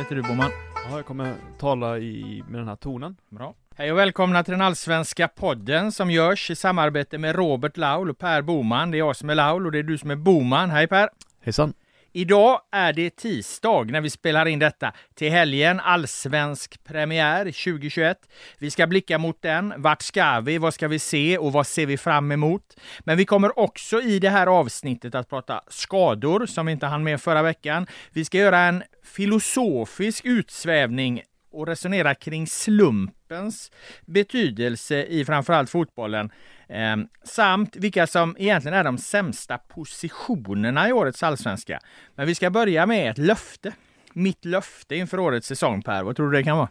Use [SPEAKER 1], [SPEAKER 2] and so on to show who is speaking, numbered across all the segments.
[SPEAKER 1] heter du, Boman?
[SPEAKER 2] Ja, jag kommer tala med den här tonen.
[SPEAKER 1] Bra. Hej och välkomna till den allsvenska podden som görs i samarbete med Robert Laul och Per Boman. Det är jag som är Laul och det är du som är Boman. Hej Per!
[SPEAKER 2] Hejsan!
[SPEAKER 1] Idag är det tisdag när vi spelar in detta. Till helgen, allsvensk premiär 2021. Vi ska blicka mot den. Vart ska vi? Vad ska vi se? Och vad ser vi fram emot? Men vi kommer också i det här avsnittet att prata skador som vi inte hann med förra veckan. Vi ska göra en filosofisk utsvävning och resonera kring slumpens betydelse i framförallt fotbollen. Samt vilka som egentligen är de sämsta positionerna i årets allsvenska. Men vi ska börja med ett löfte. Mitt löfte inför årets säsong, Per. Vad tror du det kan vara?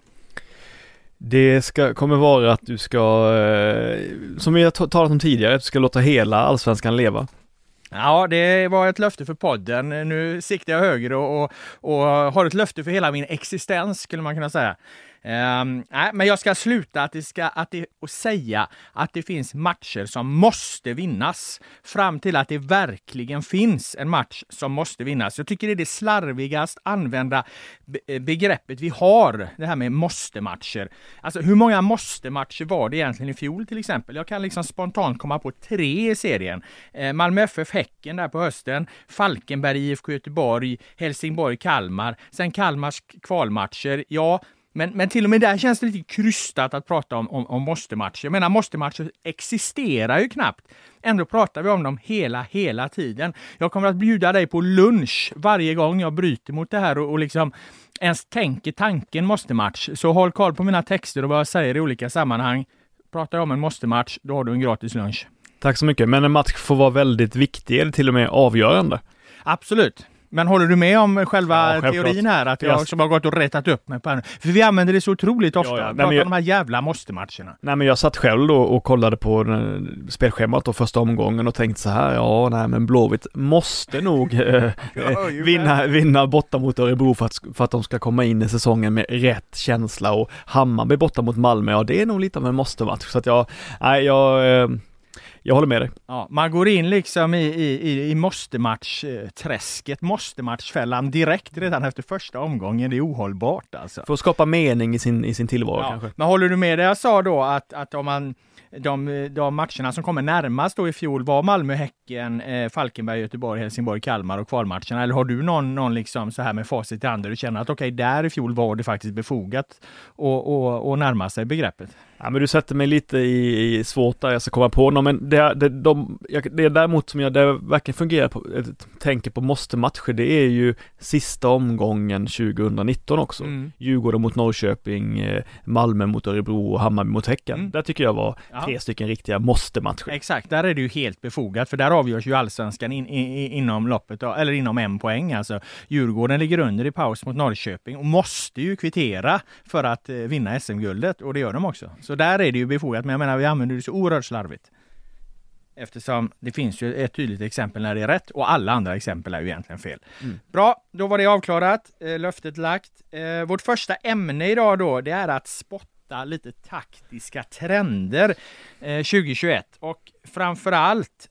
[SPEAKER 2] Det kommer vara att du ska, som vi har talat om tidigare, att du ska låta hela allsvenskan leva.
[SPEAKER 1] Ja, det var ett löfte för podden. Nu siktar jag högre och har ett löfte för hela min existens, skulle man kunna säga. Men jag ska sluta och säga att det finns matcher som måste vinnas fram till att det verkligen finns en match som måste vinnas. Jag tycker det är det slarvigast använda begreppet vi har, det här med måste-matcher. Alltså hur många måste-matcher var det egentligen i fjol till exempel? Jag kan liksom spontant komma på 3 i serien. Malmö FF Häcken där på hösten, Falkenberg IFK Göteborg, Helsingborg Kalmar, sen Kalmars kvalmatcher. Ja, men till och med där känns det lite krystat att prata om måste-matcher. Jag menar, måste-matcher existerar ju knappt. Ändå pratar vi om dem hela tiden. Jag kommer att bjuda dig på lunch varje gång jag bryter mot det här och liksom ens tänker tanken måste-match. Så håll koll på mina texter och vad jag säger i olika sammanhang. Pratar jag om en måste-match, då har du en gratis lunch.
[SPEAKER 2] Tack så mycket. Men en match får vara väldigt viktig eller till och med avgörande.
[SPEAKER 1] Absolut. Men håller du med om själva teorin här? Att jag som har gått och rättat upp mig på den? För vi använder det så otroligt ofta. Pratar om de här jävla måste-matcherna.
[SPEAKER 2] Nej, men jag satt själv då och kollade på spelschemat då första omgången och tänkte så här, men Blåvitt måste nog vinna borta mot Örebro för att de ska komma in i säsongen med rätt känsla, och Hammarby borta mot Malmö, ja det är nog lite av en måste-match. Så att jag håller med dig.
[SPEAKER 1] Ja, man går in liksom i måste-match-träsket, måste-matchfällan direkt redan efter första omgången. Det är ohållbart alltså.
[SPEAKER 2] För att skapa mening i sin tillvaro kanske.
[SPEAKER 1] Men håller du med det jag sa då att om man de matcherna som kommer närmast då i fjol var Malmö, Häcken, Falkenberg, Göteborg, Helsingborg, Kalmar och kvalmatcherna, eller har du någon liksom så här med facit i hand där du känner att okej, där i fjol var det faktiskt befogat och närma sig begreppet?
[SPEAKER 2] Ja, men du sätter mig lite i svårt där jag ska komma på någon, men det är däremot som jag verkligen fungerar på, tänker på måste-matcher, det är ju sista omgången 2019 också. Djurgården mot Norrköping, Malmö mot Örebro och Hammarby mot Häcken. Där tycker jag var 3 stycken riktiga måste-matcher.
[SPEAKER 1] Exakt, där är det ju helt befogat, för där avgörs ju allsvenskan inom loppet, eller inom 1 poäng. Alltså Djurgården ligger under i paus mot Norrköping och måste ju kvittera för att vinna SM-guldet, och det gör de också. Så där är det ju befogat, men jag menar vi använder det så oerhört slarvigt. Eftersom det finns ju ett tydligt exempel när det är rätt och alla andra exempel är ju egentligen fel. Bra, då var det avklarat. Löftet lagt. Vårt första ämne idag då, det är att spotta lite taktiska trender 2021. Och framförallt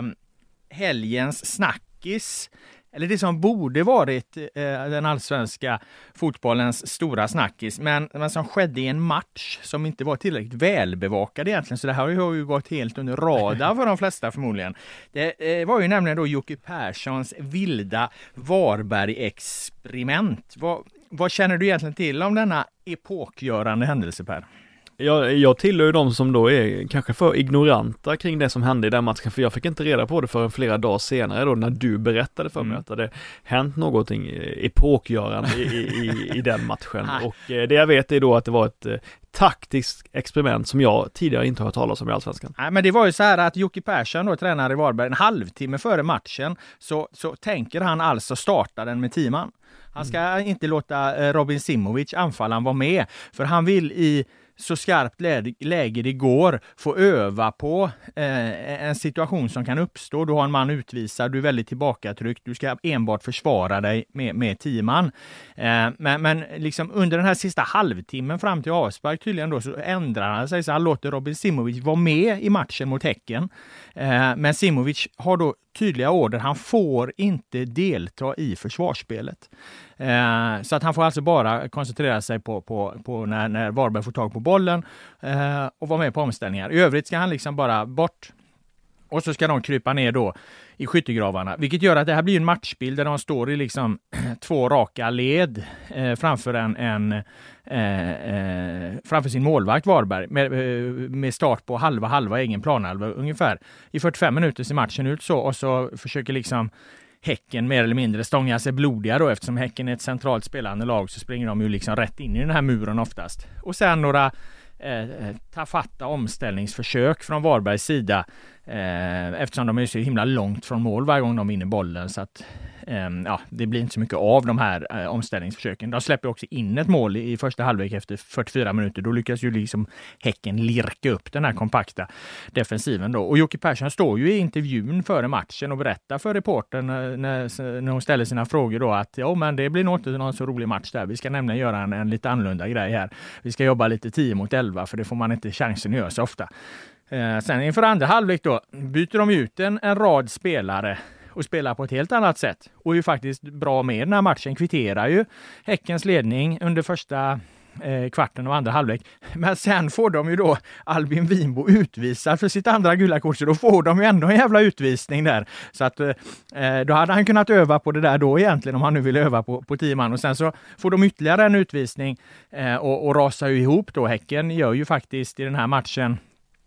[SPEAKER 1] helgens snackis, eller det som borde varit den allsvenska fotbollens stora snackis, men som skedde i en match som inte var tillräckligt välbevakad egentligen, så det här har ju gått helt under radarn för de flesta förmodligen. Det var ju nämligen då Jocke Perssons vilda Varberg-experiment. Vad känner du egentligen till om denna epokgörande händelse, Per?
[SPEAKER 2] Jag tillhör ju de som då är kanske för ignoranta kring det som hände i den matchen, för jag fick inte reda på det förrän flera dagar senare då, när du berättade för mig att det hade hänt någonting epokgörande i den matchen. Och det jag vet är då att det var ett taktiskt experiment som jag tidigare inte har hört talas om i allsvenskan.
[SPEAKER 1] Nej, men det var ju så här att Jocke Persson då, tränare i Varberg, en halvtimme före matchen så tänker han alltså starta den med 10 man. Han ska inte låta Robin Simovic, anfallaren, vara med, för han vill i så skarpt läge det går få öva på en situation som kan uppstå. Du har en man utvisad, du är väldigt tillbakatryckt, du ska enbart försvara dig med 10 man. Men liksom under den här sista halvtimmen fram till avspark tydligen då, så ändrar han sig, så han låter Robin Simovic vara med i matchen mot Häcken. Men Simovic har då tydliga order. Han får inte delta i försvarsspelet. Så att han får alltså bara koncentrera sig på när Varberg får tag på bollen och vara med på omställningar. I övrigt ska han liksom bara bort. Och så ska de krypa ner då i skyttegravarna. Vilket gör att det här blir en matchbild där de står i liksom 2 raka led framför framför sin målvakt Varberg. Med start på halva egen planhalva ungefär. I 45 minuter ser matchen ut så. Och så försöker liksom Häcken mer eller mindre stånga sig blodiga då. Eftersom Häcken är ett centralt spelande lag så springer de ju liksom rätt in i den här muren oftast. Och sen några tafatta omställningsförsök från Varbergs sida eftersom de är så himla långt från mål varje gång de vinner bollen så att det blir inte så mycket av de här omställningsförsöken. De släpper också in ett mål i första halvlek efter 44 minuter. Då lyckas ju liksom Häcken lirka upp den här kompakta defensiven då. Och Jocke Persson står ju i intervjun före matchen och berättar för reportern när hon ställer sina frågor då att men det blir nog inte någon så rolig match där. Vi ska nämligen göra en lite annorlunda grej här. Vi ska jobba lite 10 mot 11 för det får man inte chansen att göra så ofta. Sen inför andra halvlek då byter de ut en rad spelare och spelar på ett helt annat sätt. Och är ju faktiskt bra med den här matchen. Kvitterar ju Häckens ledning under första kvarten och andra halvlek. Men sen får de ju då Albin Winbo utvisad för sitt andra gula kort. Så då får de ju ändå en jävla utvisning där. Så att då hade han kunnat öva på det där då egentligen om han nu vill öva på 10 man. Och sen så får de ytterligare en utvisning och rasar ju ihop då. Häcken gör ju faktiskt i den här matchen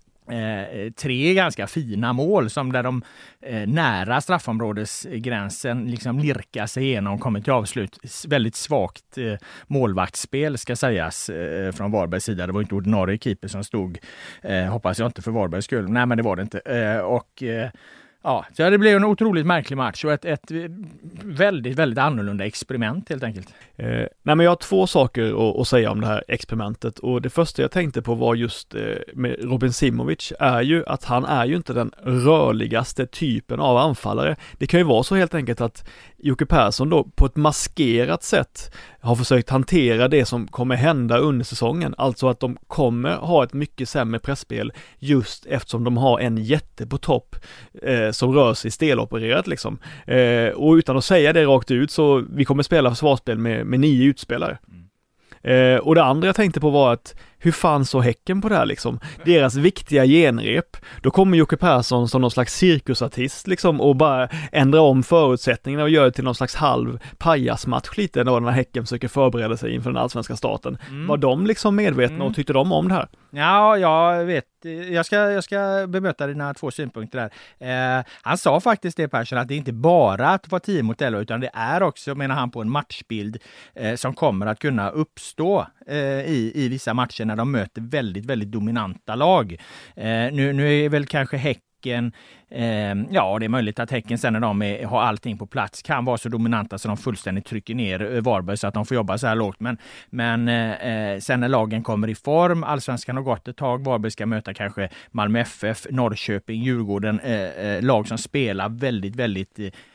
[SPEAKER 1] 3 ganska fina mål som där de nära straffområdesgränsen liksom lirkar sig igenom och kommer till avslut. Väldigt svagt målvaktsspel ska sägas från Varbergs sida. Det var inte ordinarie keeper som stod, hoppas jag inte för Varbergs skull. Nej, men det var det inte. Ja, så det blev en otroligt märklig match och ett väldigt, väldigt annorlunda experiment helt enkelt.
[SPEAKER 2] Nej, men jag har 2 saker att säga om det här experimentet och det första jag tänkte på var just med Robin Simovic är ju att han är ju inte den rörligaste typen av anfallare. Det kan ju vara så helt enkelt att Jocke Persson då på ett maskerat sätt har försökt hantera det som kommer hända under säsongen. Alltså att de kommer ha ett mycket sämre pressspel just eftersom de har en jätte på topp som rör sig stelopererat liksom. Och utan att säga det rakt ut så vi kommer spela försvarsspel med 9 utspelare. Och det andra jag tänkte på var att hur fan så Häcken på det här liksom? Deras viktiga genrep. Då kommer Jocke Persson som någon slags cirkusartist liksom och bara ändrar om förutsättningarna och gör det till någon slags halv pajasmatch lite när Häcken försöker förbereda sig inför den allsvenska starten. Var de liksom medvetna och tyckte de om det här?
[SPEAKER 1] Ja, jag vet. Jag ska bemöta dina 2 synpunkter där. Han sa faktiskt det, Persson, att det inte bara att vara 10 mot 11 utan det är också, menar han, på en matchbild som kommer att kunna uppstå i vissa matcher när de möter väldigt, väldigt dominanta lag. Nu är väl kanske Häcken, ja det är möjligt att Häcken sen när de har allting på plats kan vara så dominanta så de fullständigt trycker ner Varberg så att de får jobba så här lågt. Men sen när lagen kommer i form, allsvenskan har gått ett tag, Varberg ska möta kanske Malmö FF, Norrköping, Djurgården, lag som spelar väldigt, väldigt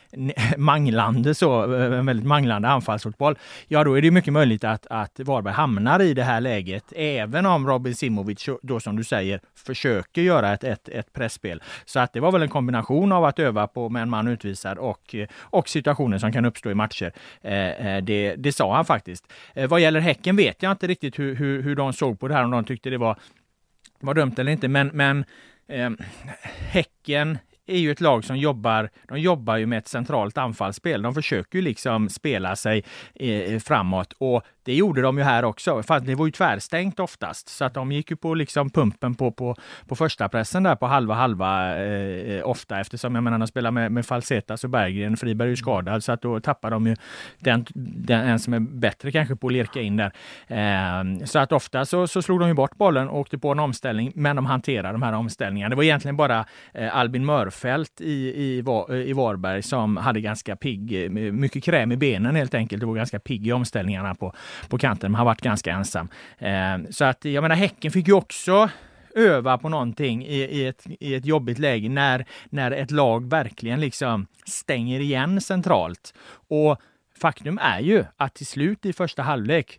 [SPEAKER 1] manglande anfallsfotboll, ja då är det mycket möjligt att Varberg hamnar i det här läget även om Robin Simovic då som du säger försöker göra ett pressspel. Så att det var väl en kombination av att öva på med en man utvisad och situationer som kan uppstå i matcher. Det sa han faktiskt. Vad gäller Häcken vet jag inte riktigt hur de såg på det här, om de tyckte det var dumt eller inte, men Häcken är ju ett lag som jobbar ju med ett centralt anfallsspel. De försöker ju liksom spela sig framåt och det gjorde de ju här också. Fast det var ju tvärstängt oftast så att de gick ju på liksom pumpen på första pressen där på halva ofta eftersom jag menar de spelar med Falsetas och Berggren. Friberg är ju skadad så att då tappar de ju den som är bättre kanske på att lirka in där. Så att ofta så slog de ju bort bollen och åkte på en omställning men de hanterade de här omställningarna. Det var egentligen bara Albin Mörfelt i Varberg som hade ganska pigg, mycket kräm i benen helt enkelt. Det var ganska pigg i omställningarna på kanten, men han varit ganska ensam. Så att jag menar Häcken fick ju också öva på någonting i ett jobbigt läge när ett lag verkligen liksom stänger igen centralt. Och faktum är ju att till slut i första halvlek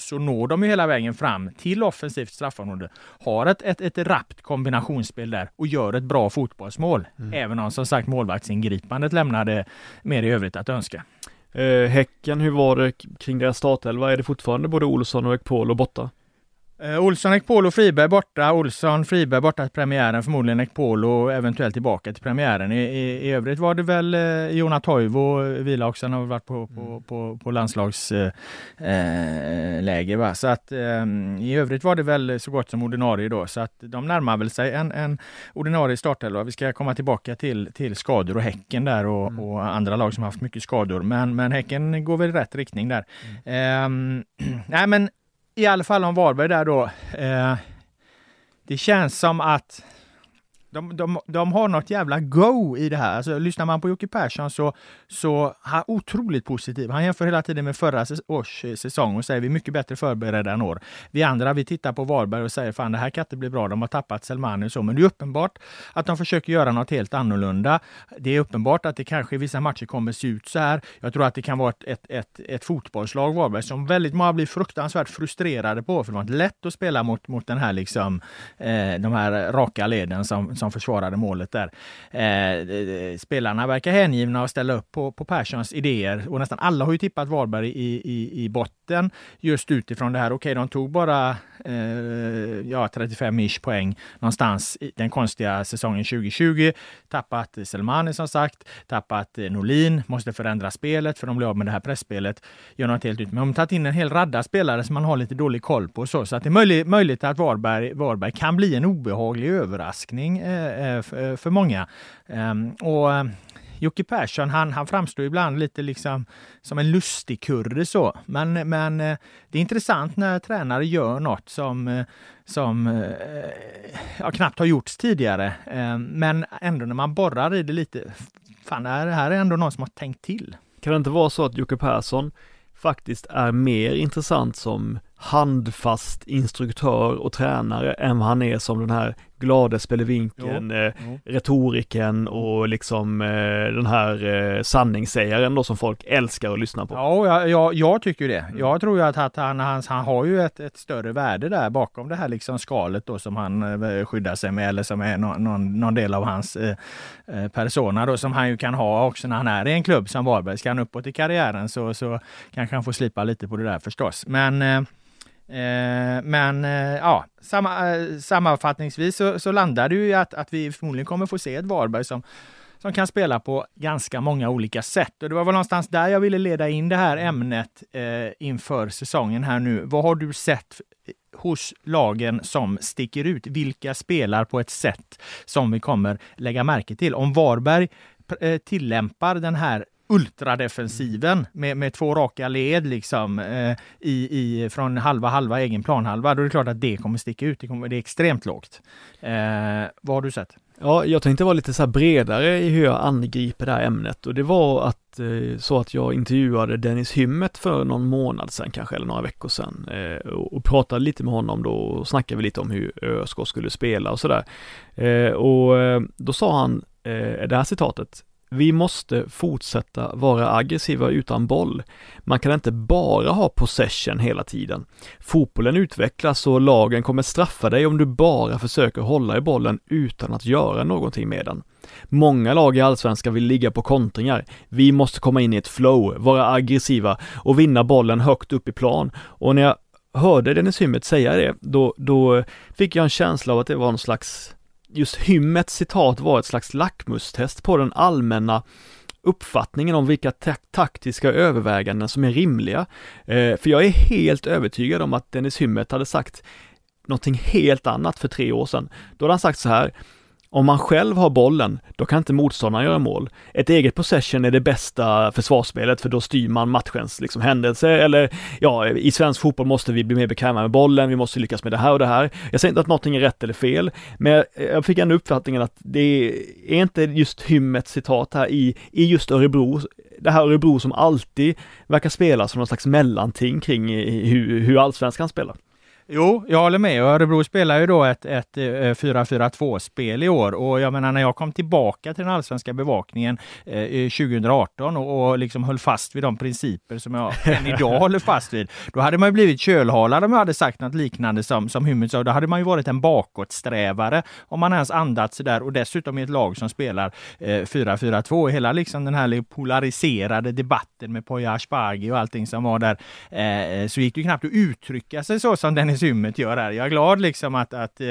[SPEAKER 1] så når de ju hela vägen fram till offensivt straffområde. Har ett rappt kombinationsspel där och gör ett bra fotbollsmål. Även om som sagt målvaktsingripandet lämnade mer i övrigt att önska.
[SPEAKER 2] Häcken, hur var det kring deras startelva? Är det fortfarande både Olsson och Ekpolo borta?
[SPEAKER 1] Olsson, Ekpolo, Friberg borta. Olsson, Friberg borta till premiären. Förmodligen Ekpolo eventuellt tillbaka till premiären. I övrigt var det väl Jona Toivo vila också. Han har varit på landslagsläger. Va? Så att i övrigt var det väl så gott som ordinarie då. Så att de närmar väl sig en ordinarie startelva. Vi ska komma tillbaka till skador och Häcken där och andra lag som har haft mycket skador. Men Häcken går väl i rätt riktning där. Nej men i alla fall om Varberg där då. Det känns som att de har något jävla go i det här. Alltså, lyssnar man på Jocke Persson så han otroligt positiv. Han jämför hela tiden med förra års säsong och säger vi är mycket bättre förberedda än år. Vi andra, vi tittar på Varberg och säger fan det här kan inte bli bra. De har tappat Selmani och så. Men det är uppenbart att de försöker göra något helt annorlunda. Det är uppenbart att det kanske i vissa matcher kommer se ut så här. Jag tror att det kan vara ett fotbollslag Varberg som väldigt många blir fruktansvärt frustrerade på. För det var inte lätt att spela mot den här liksom de här raka leden som försvarade målet där. Spelarna verkar hängivna att ställa upp på Perssons idéer och nästan alla har ju tippat Varberg i botten just utifrån det här. Okej, de tog bara 35-ish poäng någonstans i den konstiga säsongen 2020. Tappat Selmani som sagt, tappat Norlin, måste förändra spelet för de blir av med det här pressspelet. Gör något helt nytt. Men de har tagit in en hel radda spelare som man har lite dålig koll på så att det är möjligt att Varberg kan bli en obehaglig överraskning för många. Jocke Persson, han framstår ibland lite liksom som en lustig kurre så. Men det är intressant när tränare gör något som knappt har gjorts tidigare. Men ändå när man borrar i det lite, fan det här är ändå någon som har tänkt till.
[SPEAKER 2] Kan det inte vara så att Jocke Persson faktiskt är mer intressant som handfast instruktör och tränare än vad han är som den här glada spelevinkeln, retoriken och liksom den här sanningssägaren då som folk älskar att lyssna på.
[SPEAKER 1] Ja, jag tycker det. Jag tror ju att han har ju ett större värde där bakom det här liksom skalet då som han skyddar sig med eller som är någon del av hans persona då som han ju kan ha också när han är i en klubb som Varberg. Ska han uppåt i karriären så kanske han får slipa lite på det där förstås. Men sammanfattningsvis så landar det ju i att vi förmodligen kommer få se ett Varberg som kan spela på ganska många olika sätt. Och det var väl någonstans där jag ville leda in det här ämnet inför säsongen här nu. Vad har du sett hos lagen som sticker ut? Vilka spelar på ett sätt som vi kommer lägga märke till? Om Varberg tillämpar den här ultradefensiven med två raka led liksom från halva egen planhalva, då är det klart att det kommer sticka ut. Det är extremt lågt. Vad har du sett?
[SPEAKER 2] Ja, jag tänkte vara lite så här bredare i hur jag angriper det här ämnet och det var att jag intervjuade Dennis Hymmet för någon månad sedan kanske eller några veckor sedan och pratade lite med honom då och snackade vi lite om hur ÖSK skulle spela och sådär. Och då sa han det här citatet: vi måste fortsätta vara aggressiva utan boll. Man kan inte bara ha possession hela tiden. Fotbollen utvecklas och lagen kommer straffa dig om du bara försöker hålla i bollen utan att göra någonting med den. Många lag i Allsvenskan vill ligga på kontringar. Vi måste komma in i ett flow, vara aggressiva och vinna bollen högt upp i plan. Och när jag hörde Dennis Hymmet säga det, då fick jag en känsla av att det var en slags... Just Hymmets citat var ett slags lackmustest på den allmänna uppfattningen om vilka taktiska överväganden som är rimliga. För jag är helt övertygad om att Dennis Hymmet hade sagt någonting helt annat för 3 år sedan. Då hade han sagt så här: om man själv har bollen, då kan inte motståndaren göra mål. Ett eget possession är det bästa försvarsspelet för då styr man matchens liksom händelse. Eller ja, i svensk fotboll måste vi bli mer bekväma med bollen, vi måste lyckas med det här och det här. Jag säger inte att någonting är rätt eller fel, men jag fick ändå uppfattningen att det är inte just Hymmets citat här i just Örebro. Det här Örebro som alltid verkar spela som någon slags mellanting kring hur allsvenskan spelar.
[SPEAKER 1] Jo, jag håller med. Örebro spelar ju då ett 4-4-2-spel i år. Och jag menar, när jag kom tillbaka till den allsvenska bevakningen 2018 och liksom höll fast vid de principer som jag än idag håller fast vid, då hade man ju blivit kölhalad om jag hade sagt något liknande som Hymmet sa. Då hade man ju varit en bakåtsträvare om man ens andats där, och dessutom i ett lag som spelar 4-4-2. Hela liksom den här polariserade debatten med Poya Asbaghi och allting som var där, så gick det ju knappt att uttrycka sig så som Dennis Hymmet gör här. Jag är glad liksom att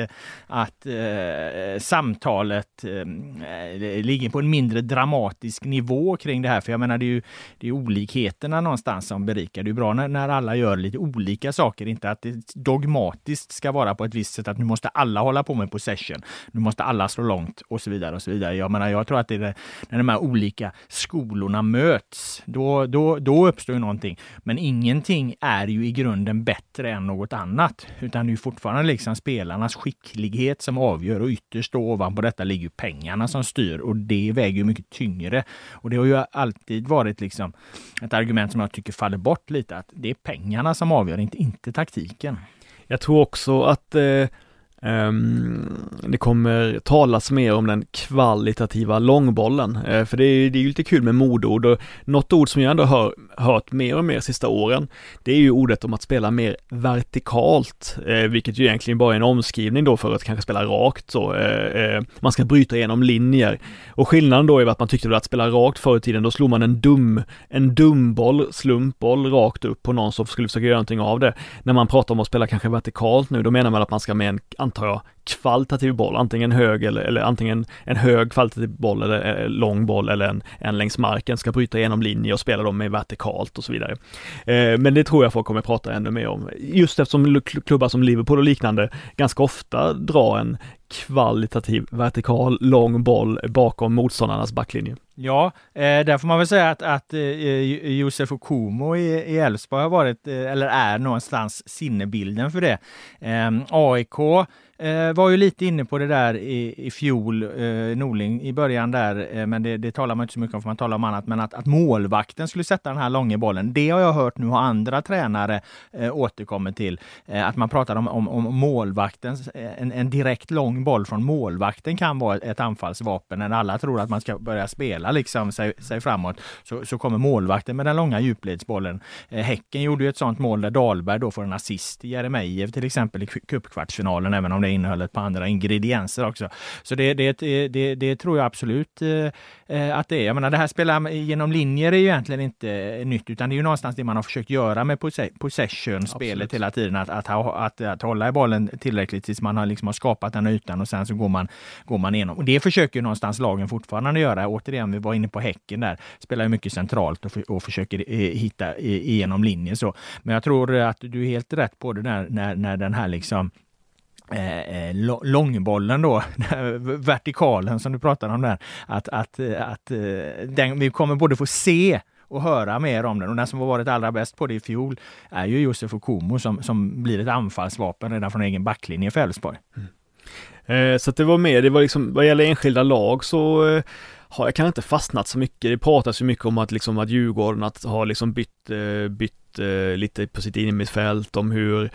[SPEAKER 1] samtalet ligger på en mindre dramatisk nivå kring det här, för jag menar det är olikheterna någonstans som berikar. Det är bra när alla gör lite olika saker, inte att det dogmatiskt ska vara på ett visst sätt, att nu måste alla hålla på med possession, nu måste alla slå långt och så vidare och så vidare. Jag menar, jag tror att det är när de här olika skolorna möts, då uppstår ju någonting. Men ingenting är ju i grunden bättre än något annat, utan det är ju fortfarande liksom spelarnas skicklighet som avgör, och ytterst då ovanpå detta ligger ju pengarna som styr, och det väger ju mycket tyngre. Och det har ju alltid varit liksom ett argument som jag tycker faller bort lite, att det är pengarna som avgör, inte taktiken.
[SPEAKER 2] Jag tror också att det kommer talas mer om den kvalitativa långbollen, för det är ju lite kul med modord, och något ord som jag ändå har hört mer och mer sista åren, det är ju ordet om att spela mer vertikalt, vilket ju egentligen bara är en omskrivning då för att kanske spela rakt så. Man ska bryta igenom linjer, och skillnaden då är att man tyckte att spela rakt förr i tiden, då slog man en dumboll, slumpboll rakt upp på någon som skulle försöka göra någonting av det. När man pratar om att spela kanske vertikalt nu, då menar man att man ska med en, antar jag, kvalitativ boll, antingen hög eller antingen en hög kvalitativ boll eller lång boll, eller en längs marken, ska bryta igenom linjer och spela dem med vertikalt och så vidare. Men det tror jag folk kommer prata ännu mer om, just eftersom klubbar som Liverpool och liknande ganska ofta drar en kvalitativ vertikal lång boll bakom motståndarnas backlinje.
[SPEAKER 1] Ja, där får man väl säga att Josef Okumo i Elfsborg har varit, eller är någonstans sinnebilden för det. AIK var ju lite inne på det där i fjol, Norling i början där, men det talar man inte så mycket om, för man talar om annat, men att målvakten skulle sätta den här långa bollen, det har jag hört nu, har andra tränare återkommit till, att man pratar om målvaktens, en direkt lång boll från målvakten kan vara ett anfallsvapen. När alla tror att man ska börja spela liksom sig framåt, så kommer målvakten med den långa djupledsbollen. Häcken gjorde ju ett sånt mål där Dahlberg då får en assist i Jeremejeff till exempel i cupkvartsfinalen, även om det innehöll ett par andra ingredienser också. Så det tror jag absolut att det är. Jag menar, det här spelar genom linjer är ju egentligen inte nytt, utan det är ju någonstans det man har försökt göra med possession-spelet hela tiden, att hålla i bollen tillräckligt tills man har liksom skapat den ytan, och sen så går man igenom. Och det försöker ju någonstans lagen fortfarande göra. Återigen, vi var inne på Häcken där, spelar ju mycket centralt och försöker hitta igenom linjer så. Men jag tror att du är helt rätt på det där när den här liksom långbollen då, vertikalen som du pratade om där, att vi kommer både få se och höra mer om den, och den som har varit allra bäst på det i fjol är ju Josef Okumo som blir ett anfallsvapen redan från egen backlinje för Elfsborg.
[SPEAKER 2] Så att det var liksom, vad gäller enskilda lag så har jag kan inte fastnat så mycket. Det pratas ju mycket om att Djurgården har liksom bytt lite på sitt innermittfält, om hur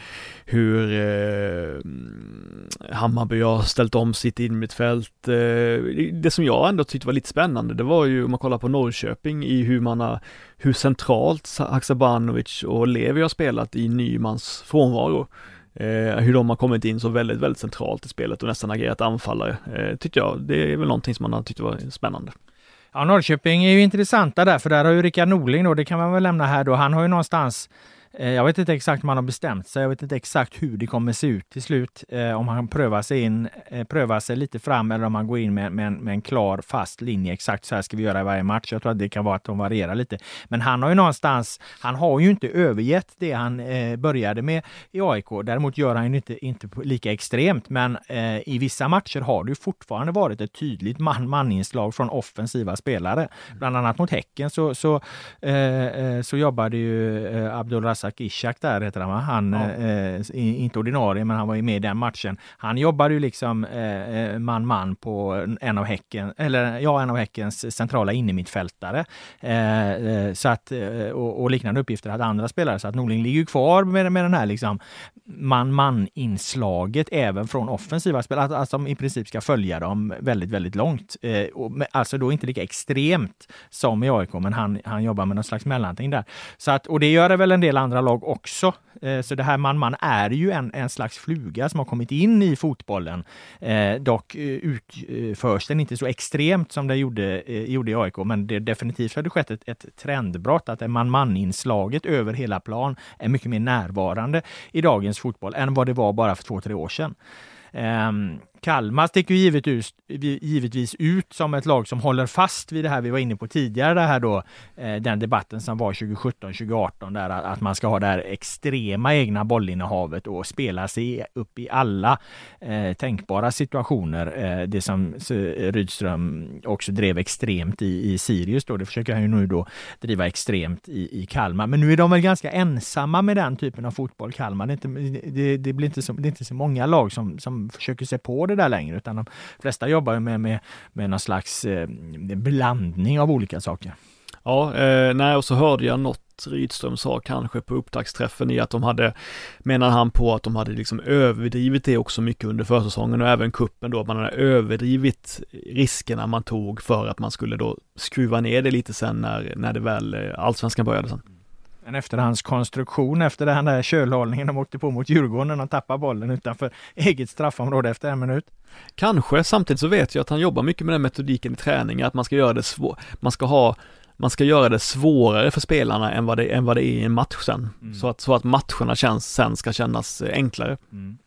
[SPEAKER 2] Hammarby har ställt om sitt innermittfält. Det som jag ändå tyckte var lite spännande, det var ju, om man kollar på Norrköping, i hur centralt Haksabanovic och Levi har spelat i Nymans frånvaro. Hur de har kommit in så väldigt, väldigt centralt i spelet och nästan agerat anfallare, tyckte jag. Det är väl någonting som man har tyckt var spännande.
[SPEAKER 1] Ja, Norrköping är ju intressanta där, för där har ju Rickard Norling då, det kan man väl lämna här då, han har ju någonstans, jag vet inte exakt om han har bestämt sig, jag vet inte exakt hur det kommer se ut till slut, om han prövar sig lite fram, eller om han går in med en klar fast linje, exakt så här ska vi göra i varje match. Jag tror att det kan vara att de varierar lite, men han har ju någonstans, han har ju inte övergett det han började med i AIK, däremot gör han ju inte lika extremt, men i vissa matcher har det ju fortfarande varit ett tydligt man-inslag från offensiva spelare, bland annat mot Häcken så jobbade ju Abdul Razak Abrazak Ishak där heter han, va? Han inte ordinarie, men han var ju med i den matchen. Han jobbade ju liksom man på en av Häckens centrala innermittfältare. Så att, och liknande uppgifter hade andra spelare, så att Norling ligger kvar med den här liksom man-inslaget även från offensiva spelare, att de i princip ska följa dem väldigt, väldigt långt. Alltså då inte lika extremt som i AIK, men han jobbar med någon slags mellanting där. Så att, och det gör det väl en del andra lag också. Så det här man är ju en slags fluga som har kommit in i fotbollen. Dock utförs den inte så extremt som det gjorde i AIK, men det definitivt har det skett ett trendbrott, att man-inslaget över hela plan är mycket mer närvarande i dagens fotboll än vad det var bara för 2-3 år sedan. Kalmar sticker givetvis ut som ett lag som håller fast vid det här vi var inne på tidigare, det här då, den debatten som var 2017-2018 där, att man ska ha det här extrema egna bollinnehavet och spela sig upp i alla tänkbara situationer. Det som Rydström också drev extremt i Sirius då, det försöker han ju nu då driva extremt i Kalmar. Men nu är de väl ganska ensamma med den typen av fotboll, Kalmar. Det är inte så många lag som försöker se på det där längre, utan de flesta jobbar med någon slags blandning av olika saker.
[SPEAKER 2] Ja, och så hörde jag något Rydström sa kanske på upptaktsträffen i att menade han på att de hade liksom överdrivit det också mycket under försäsongen och även kuppen då, att man hade överdrivit riskerna man tog för att man skulle då skruva ner det lite sen när det väl allsvenskan började sen.
[SPEAKER 1] En efterhandskonstruktion efter den där kölhållningen de åkte på mot Djurgården när de tappade bollen utanför eget straffområde efter 1 minut.
[SPEAKER 2] Kanske, samtidigt så vet jag att han jobbar mycket med den metodiken i träning, att man ska göra det man ska göra det svårare för spelarna än vad det är i en match sen. Så att matcherna sen ska kännas enklare.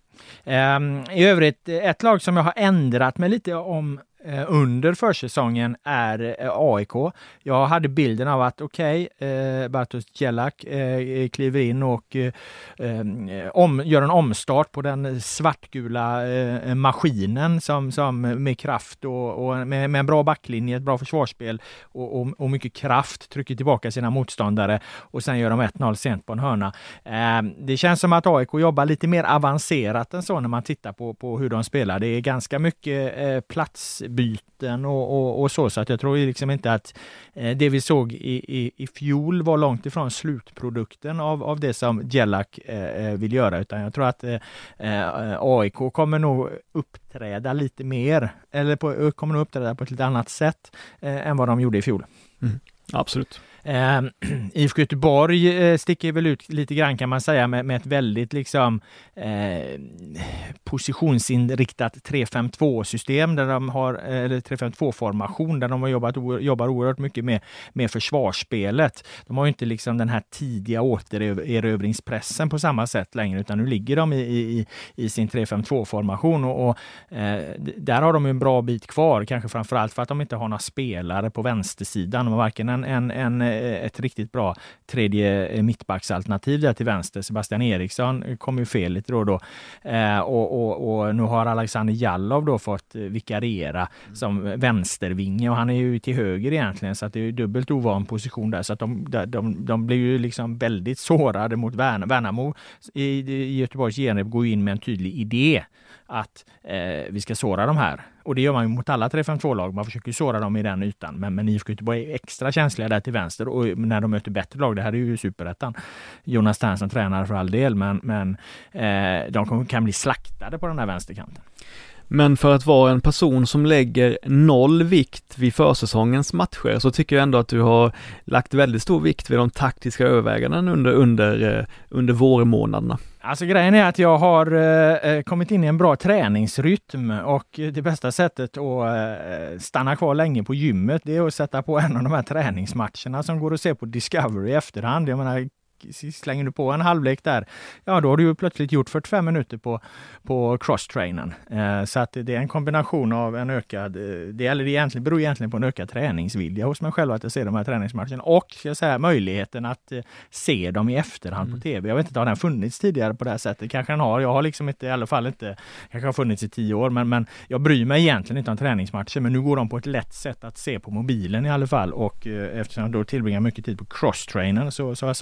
[SPEAKER 1] I övrigt, ett lag som jag har ändrat mig lite om under försäsongen är AIK. Jag hade bilden av att Bartosz Jelak kliver in och gör en omstart på den svartgula maskinen som med kraft och med en bra backlinje, ett bra försvarsspel och mycket kraft trycker tillbaka sina motståndare och sen gör de 1-0 sent på en hörna. Det känns som att AIK jobbar lite mer avancerat än så när man tittar på hur de spelar. Det är ganska mycket platsbyten och så att jag tror liksom inte att det vi såg i fjol var långt ifrån slutprodukten av det som Jelak vill göra, utan jag tror att AIK kommer nog uppträda lite mer, eller kommer nog uppträda på ett lite annat sätt än vad de gjorde i fjol.
[SPEAKER 2] Absolut.
[SPEAKER 1] IFK Göteborg sticker väl ut lite grann kan man säga med ett väldigt liksom positionsinriktat 3-5-2-system där de har, eller 3-5-2-formation där de jobbar oerhört mycket med försvarsspelet. De har ju inte liksom den här tidiga återerövringspressen på samma sätt längre, utan nu ligger de i sin 3-5-2-formation och där har de en bra bit kvar, kanske framförallt för att de inte har några spelare på vänstersidan. De har varken ett riktigt bra tredje mittbacksalternativ där till vänster. Sebastian Eriksson kom ju fel lite då. Och nu har Alexander Jallov då fått vikariera som vänstervinge och han är ju till höger egentligen, så att det är ju dubbelt ovan position där, så att de blir ju liksom väldigt sårade mot Värnamo. I Göteborgs genrep går in med en tydlig idé att vi ska såra de här. Och det gör man ju mot alla 3-5-2-lag. Man försöker såra dem i den ytan. Men IFK Göteborg är extra känsliga där till vänster. Och när de möter bättre lag, det här är ju superettan. Jonas Ternsen tränar för all del. Men de kan bli slaktade på den här vänsterkanten.
[SPEAKER 2] Men för att vara en person som lägger 0 vikt vid försäsongens matcher så tycker jag ändå att du har lagt väldigt stor vikt vid de taktiska övervägandena under vårmånaderna.
[SPEAKER 1] Alltså grejen är att jag har kommit in i en bra träningsrytm och det bästa sättet att stanna kvar länge på gymmet, det är att sätta på en av de här träningsmatcherna som går att se på Discovery i efterhand. Jag menar, slänger du på en halvlek där, ja då har du ju plötsligt gjort 45 minuter på crosstrainen. Så att det är en kombination av en ökad, det beror egentligen på en ökad träningsvilja hos mig själv att jag ser de här träningsmatcherna och ska jag säga, möjligheten att se dem i efterhand på tv. Jag vet inte, har den funnits tidigare på det här sättet? Kanske den har, jag har liksom inte, i alla fall inte, kanske har funnits i 10 år, men jag bryr mig egentligen inte om träningsmatcher, men nu går de på ett lätt sätt att se på mobilen i alla fall, och eftersom jag då tillbringar mycket tid på crosstrainen så har jag sett ett par.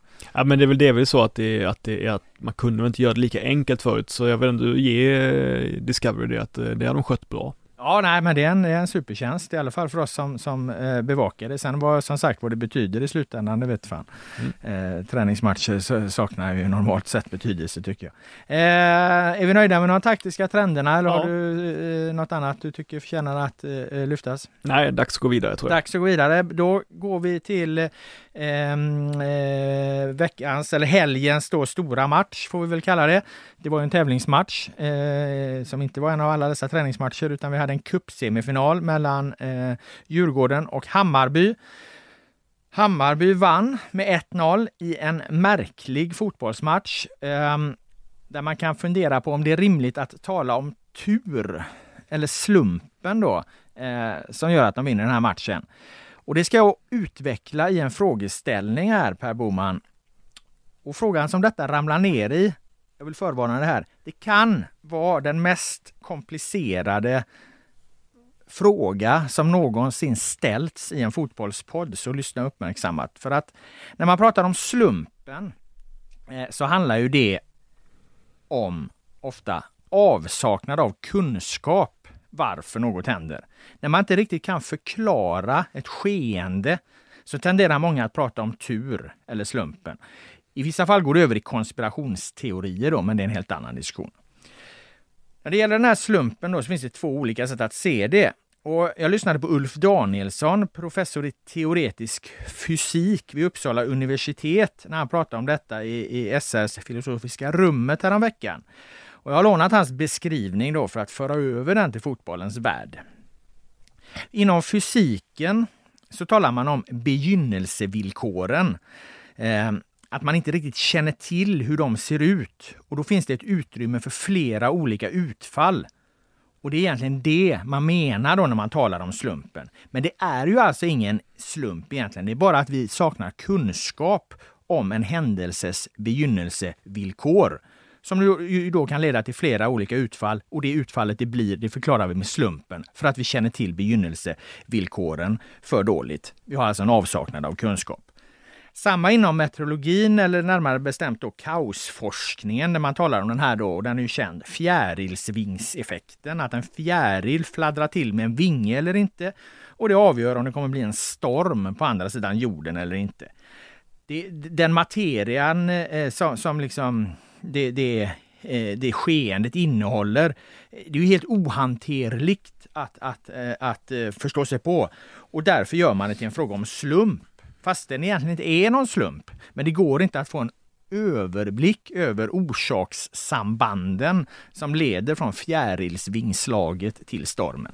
[SPEAKER 2] Ja, men det är väl det så att att man kunde väl inte göra det lika enkelt förut, så jag vill ändå ge Discovery det, att det har de skött bra.
[SPEAKER 1] Ja, nej, men det är en supertjänst i alla fall för oss som bevakar det. Sen vad det betyder i slutändan, det vet fan. Träningsmatcher saknar ju normalt sett betydelse, tycker jag. Är vi nöjda med de taktiska trenderna, eller har du något annat du tycker förtjänar att lyftas?
[SPEAKER 2] Nej, dags att gå vidare, tror jag.
[SPEAKER 1] Dags att gå vidare. Då går vi till veckans, eller helgens då, stora match, får vi väl kalla det. Det var ju en tävlingsmatch som inte var en av alla dessa träningsmatcher, utan vi hade en cupsemifinal mellan Djurgården och Hammarby. Hammarby vann med 1-0 i en märklig fotbollsmatch där man kan fundera på om det är rimligt att tala om tur eller slumpen då som gör att de vinner den här matchen. Och det ska jag utveckla i en frågeställning här, Per Boman. Och frågan som detta ramlar ner i, jag vill förvarna det här, det kan vara den mest komplicerade fråga som någonsin ställts i en fotbollspodd, så lyssna uppmärksammat. För att när man pratar om slumpen så handlar ju det om ofta avsaknad av kunskap varför något händer. När man inte riktigt kan förklara ett skeende så tenderar många att prata om tur eller slumpen. I vissa fall går det över i konspirationsteorier då, men det är en helt annan diskussion. När det gäller den här slumpen då, så finns det två olika sätt att se det. Och jag lyssnade på Ulf Danielsson, professor i teoretisk fysik vid Uppsala universitet, när han pratade om detta i SRs filosofiska rummet häromveckan. Och jag har lånat hans beskrivning då för att föra över den till fotbollens värld. Inom fysiken så talar man om begynnelsevillkoren. Att man inte riktigt känner till hur de ser ut. Och då finns det ett utrymme för flera olika utfall. Och det är egentligen det man menar då när man talar om slumpen. Men det är ju alltså ingen slump egentligen. Det är bara att vi saknar kunskap om en händelses begynnelsevillkor. Som ju då kan leda till flera olika utfall. Och det utfallet det förklarar vi med slumpen. För att vi känner till begynnelsevillkoren för dåligt. Vi har alltså en avsaknad av kunskap. Samma inom meteorologin, eller närmare bestämt då kaosforskningen, när man talar om den här då, och den är ju känd, fjärilsvingseffekten, att en fjäril fladdrar till med en vinge eller inte, och det avgör om det kommer bli en storm på andra sidan jorden eller inte. Den materian som liksom det skeendet innehåller, det är ju helt ohanterligt att förstå sig på, och därför gör man det till en fråga om slump. Fast den egentligen inte är någon slump. Men det går inte att få en överblick över orsakssambanden som leder från fjärilsvingslaget till stormen.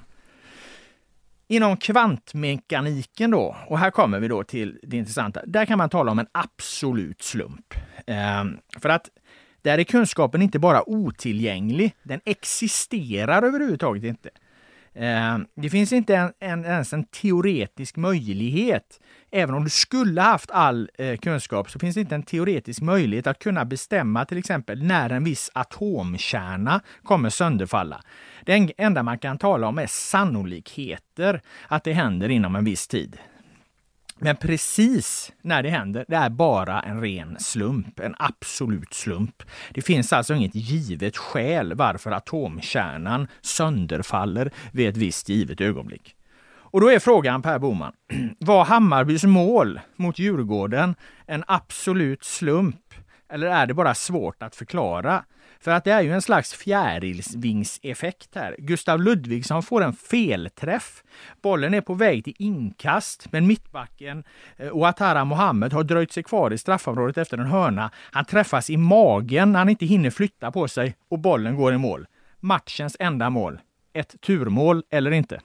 [SPEAKER 1] Inom kvantmekaniken då, och här kommer vi då till det intressanta, där kan man tala om en absolut slump. För att där är kunskapen inte bara otillgänglig, den existerar överhuvudtaget inte. Det finns inte ens en teoretisk möjlighet. Även om du skulle haft all kunskap, så finns det inte en teoretisk möjlighet att kunna bestämma till exempel när en viss atomkärna kommer sönderfalla. Det enda man kan tala om är sannolikheter att det händer inom en viss tid. Men precis när det händer, det är bara en ren slump, en absolut slump. Det finns alltså inget givet skäl varför atomkärnan sönderfaller vid ett visst givet ögonblick. Och då är frågan, Per Boman, var Hammarbys mål mot Djurgården en absolut slump? Eller är det bara svårt att förklara? För att det är ju en slags fjärilsvingseffekt här. Gustav Ludvigsson får en felträff. Bollen är på väg till inkast, men mittbacken Ouattara Mohamed har dröjt sig kvar i straffområdet efter en hörna. Han träffas i magen när han inte hinner flytta på sig och bollen går i mål. Matchens enda mål. Ett turmål eller inte?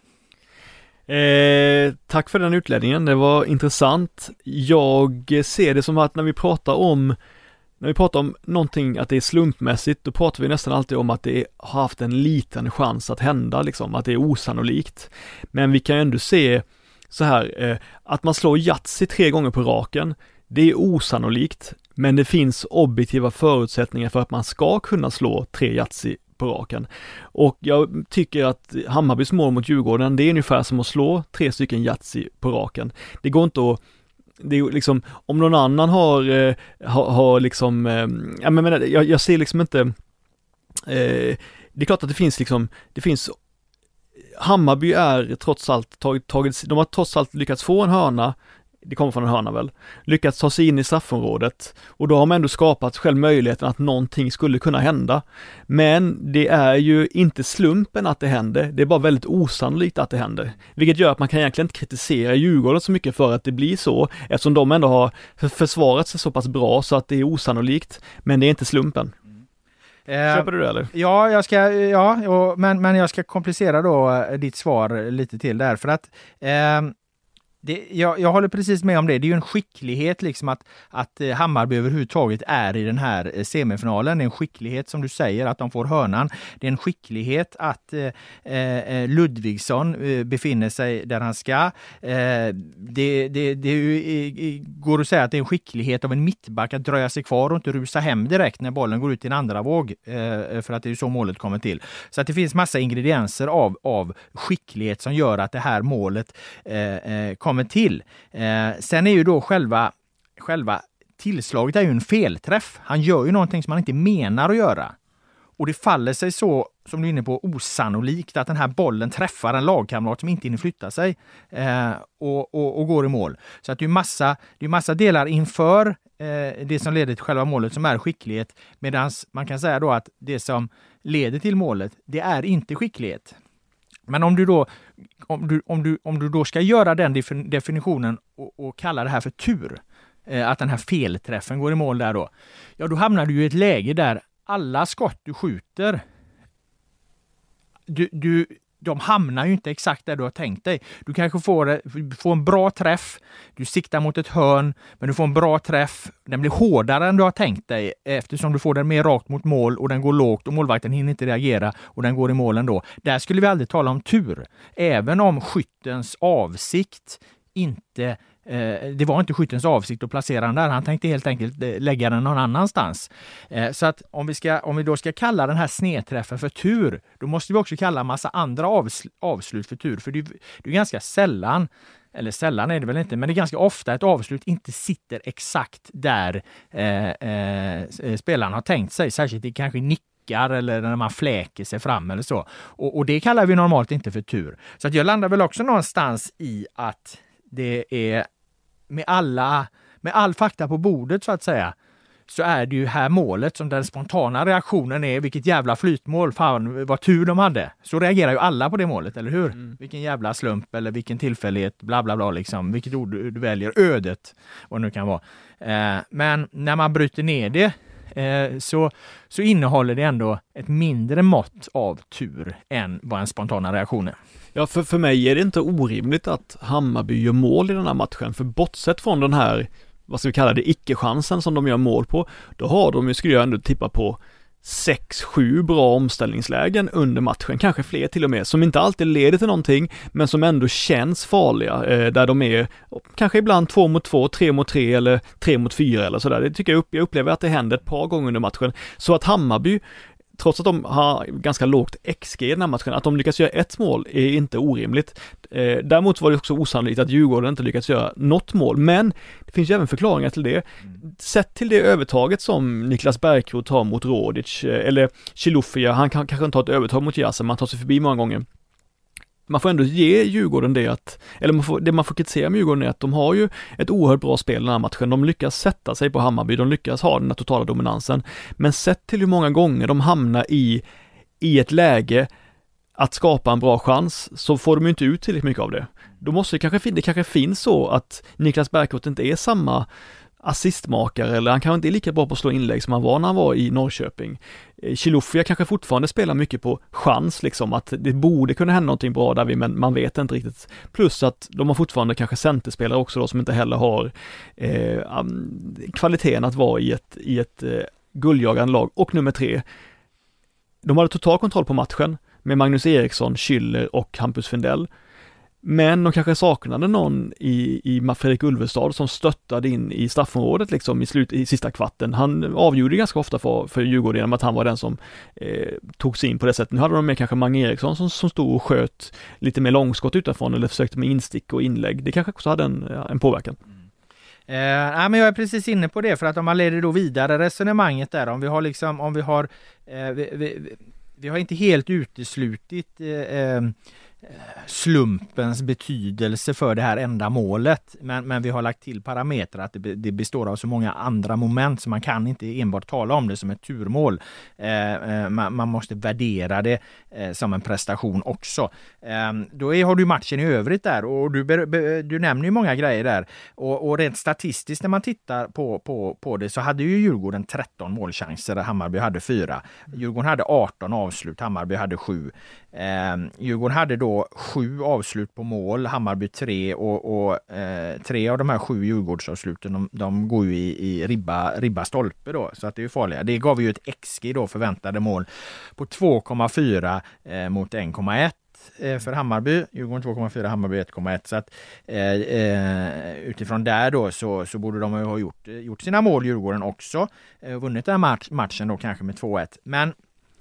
[SPEAKER 2] Tack för den utläggningen, det var intressant. Jag ser det som att när vi pratar om någonting, att det är slumpmässigt, då pratar vi nästan alltid om att det har haft en liten chans att hända, liksom, att det är osannolikt. Men vi kan ju ändå se så här, att man slår Yatzy 3 gånger på raken, det är osannolikt, men det finns objektiva förutsättningar för att man ska kunna slå 3 Yatzy på raken. Och jag tycker att Hammarbys mål mot Djurgården, det är ungefär som att slå 3 stycken Yatzy på raken. Det går inte att det är ju liksom, om någon annan har liksom, jag ser liksom inte, det är klart att det finns Hammarby är trots allt de har trots allt lyckats få en hörna, det kommer från en hörna väl, lyckats ta sig in i straffområdet, och då har man ändå skapat själv möjligheten att någonting skulle kunna hända. Men det är ju inte slumpen att det händer, det är bara väldigt osannolikt att det händer. Vilket gör att man kan egentligen inte kritisera Djurgården så mycket för att det blir så, eftersom de ändå har försvarat sig så pass bra så att det är osannolikt, men det är inte slumpen. Köper du det eller?
[SPEAKER 1] Ja, men jag ska komplicera då ditt svar lite till där, för att jag håller precis med om det. Det är ju en skicklighet liksom att Hammarby överhuvudtaget är i den här semifinalen. Det är en skicklighet som du säger att de får hörnan. Det är en skicklighet att Ludvigsson befinner sig där han ska. Det går att säga att det är en skicklighet av en mittback att dröja sig kvar och inte rusa hem direkt när bollen går ut i en andra våg, för att det är så målet kommer till. Så att det finns massa ingredienser av skicklighet som gör att det här målet kommer till. Sen är ju då själva tillslaget är ju en felträff. Han gör ju någonting som han inte menar att göra. Och det faller sig så, som du är inne på, osannolikt att den här bollen träffar en lagkamrat som inte hinner flytta sig och går i mål. Så att det är massa delar inför det som leder till själva målet som är skicklighet, medan man kan säga då att det som leder till målet, det är inte skicklighet. Men om du då ska göra den definitionen och kalla det här för tur, att den här felträffen går i mål där då, ja då hamnar du i ett läge där alla skott du skjuter, de hamnar ju inte exakt där du har tänkt dig. Du kanske får en bra träff, du siktar mot ett hörn, men du får en bra träff, den blir hårdare än du har tänkt dig eftersom du får den mer rakt mot mål och den går lågt och målvakten hinner inte reagera och den går i målen då. Där skulle vi aldrig tala om tur. Även om skyttens avsikt inte det var inte skyttens avsikt att placera den där. Han tänkte helt enkelt lägga den någon annanstans. Så att om vi då ska kalla den här snedträffen för tur, då måste vi också kalla en massa andra avslut för tur. För det är ganska sällan, eller sällan är det väl inte, men det är ganska ofta ett avslut inte sitter exakt där spelaren har tänkt sig. Särskilt det kanske nickar eller när man fläker sig fram eller så. Och det kallar vi normalt inte för tur. Så att jag landar väl också någonstans i att det är med all fakta på bordet så att säga, så är det ju här målet som den spontana reaktionen är, vilket jävla flytmål, fan vad tur de hade. Så reagerar ju alla på det målet, eller hur? Vilken jävla slump eller vilken tillfällighet, bla bla bla liksom, vilket ord du väljer, ödet, vad det nu kan vara. Men när man bryter ner det så innehåller det ändå ett mindre mått av tur än vad en spontana reaktion är.
[SPEAKER 2] Ja, för mig är det inte orimligt att Hammarby gör mål i den här matchen, för bortsett från den här, vad ska vi kalla det, icke-chansen som de gör mål på, då har de ju, skulle jag ändå tippa på, 6-7 bra omställningslägen under matchen, kanske fler till och med, som inte alltid leder till någonting, men som ändå känns farliga, där de är kanske ibland 2 mot 2, 3 mot 3 eller 3 mot 4 eller sådär. Det tycker jag upplever att det händer ett par gånger under matchen, så att Hammarby, trots att de har ganska lågt XG i den här matchen, att de lyckas göra ett mål är inte orimligt. Däremot var det också osannolikt att Djurgården inte lyckas göra något mål, men det finns ju även förklaringar till det. Sett till det övertaget som Niklas Bärkroth har mot Rodic, eller Chilufya, han kan kanske inte ha ett övertag mot Jasen, man tar sig förbi många gånger. Man får ändå ge Djurgården det det man får kritisera med Djurgården är att de har ju ett oerhört bra spel i den här matchen. De lyckas sätta sig på Hammarby, de lyckas ha den här totala dominansen. Men sett till hur många gånger de hamnar i ett läge att skapa en bra chans, så får de ju inte ut tillräckligt mycket av det. Då måste det kanske finns så att Niklas Bärkroth inte är samma assistmakare, eller han kanske inte är lika bra på att slå inlägg som han var när han var i Norrköping. Chilufya kanske fortfarande spelar mycket på chans, liksom att det borde kunna hända någonting bra där, men man vet inte riktigt. Plus att de har fortfarande kanske centerspelare också då, som inte heller har kvaliteten att vara i ett guldjagande lag. Och nummer 3, de hade total kontroll på matchen med Magnus Eriksson, Schüller och Hampus Findell. Men de kanske saknade någon i Fredrik Ulvestad som stöttade in i straffområdet liksom i sista kvarten. Han avgjorde ganska ofta för Djurgården genom att han var den som tog sig in på det sättet. Nu hade de med kanske Mange Eriksson som stod och sköt lite mer långskott utanför eller försökte med instick och inlägg. Det kanske också hade en påverkan.
[SPEAKER 1] Nej, men jag är precis inne på det, för att om man leder då vidare resonemanget där, vi har inte helt uteslutit slumpens betydelse för det här enda målet, men vi har lagt till parametrar att det består av så många andra moment, så man kan inte enbart tala om det som ett turmål. Man måste värdera det som en prestation också. Då har du matchen i övrigt där, och du nämner ju många grejer där, och rent statistiskt när man tittar på det, så hade ju Djurgården 13 målchanser, Hammarby hade 4. Djurgården hade 18 avslut, Hammarby hade 7. Djurgården hade då 7 avslut på mål, Hammarby 3, och 3 av de här 7 Djurgårdsavsluten de går ju i ribba stolpe då, så att det är ju farliga. Det gav ju ett XG då, förväntade mål, på 2,4 mot 1,1 för Hammarby. Djurgården 2,4, Hammarby 1,1, så att utifrån där då så borde de ha gjort sina mål, Djurgården också, vunnit den här matchen då kanske med 2-1, men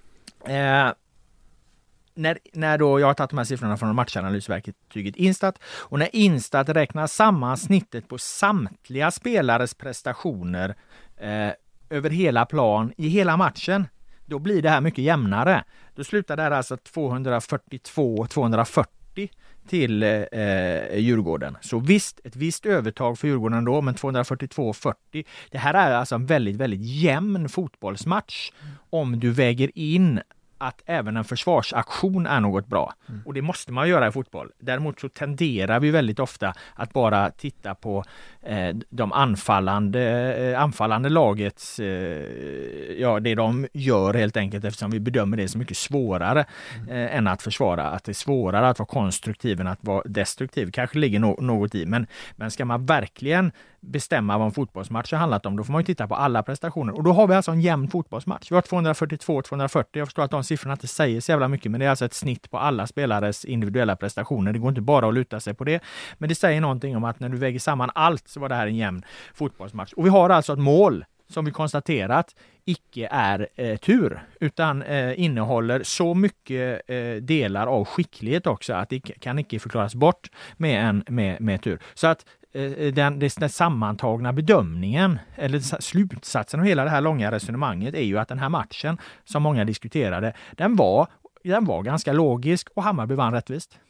[SPEAKER 1] när då jag har tagit de här siffrorna från matchanalysverktyget Instat, och när Instat räknar samman snittet på samtliga spelares prestationer över hela plan i hela matchen, då blir det här mycket jämnare. Då slutar det här alltså 242-240 till Djurgården. Så visst, ett visst övertag för Djurgården då, men 242-40. Det här är alltså en väldigt, väldigt jämn fotbollsmatch om du väger in att även en försvarsaktion är något bra. Och det måste man göra i fotboll. Däremot så tenderar vi väldigt ofta att bara titta på de anfallande lagets det de gör, helt enkelt, eftersom vi bedömer det så mycket svårare än att försvara. Att det är svårare att vara konstruktiv än att vara destruktiv. Kanske ligger något i, men ska man verkligen bestämma vad en fotbollsmatch har handlat om, då får man ju titta på alla prestationer. Och då har vi alltså en jämn fotbollsmatch. Vi har 242-240. Jag förstår att de siffrorna inte säger så jävla mycket, men det är alltså ett snitt på alla spelares individuella prestationer. Det går inte bara att luta sig på det, men det säger någonting om att när du väger samman allt, så var det här en jämn fotbollsmatch. Och vi har alltså ett mål som vi konstaterat icke är tur, utan innehåller så mycket delar av skicklighet också att det kan icke förklaras bort med tur. Så att den sammantagna bedömningen, eller slutsatsen av hela det här långa resonemanget, är ju att den här matchen, som många diskuterade, den var ganska logisk, och Hammarby vann rättvist.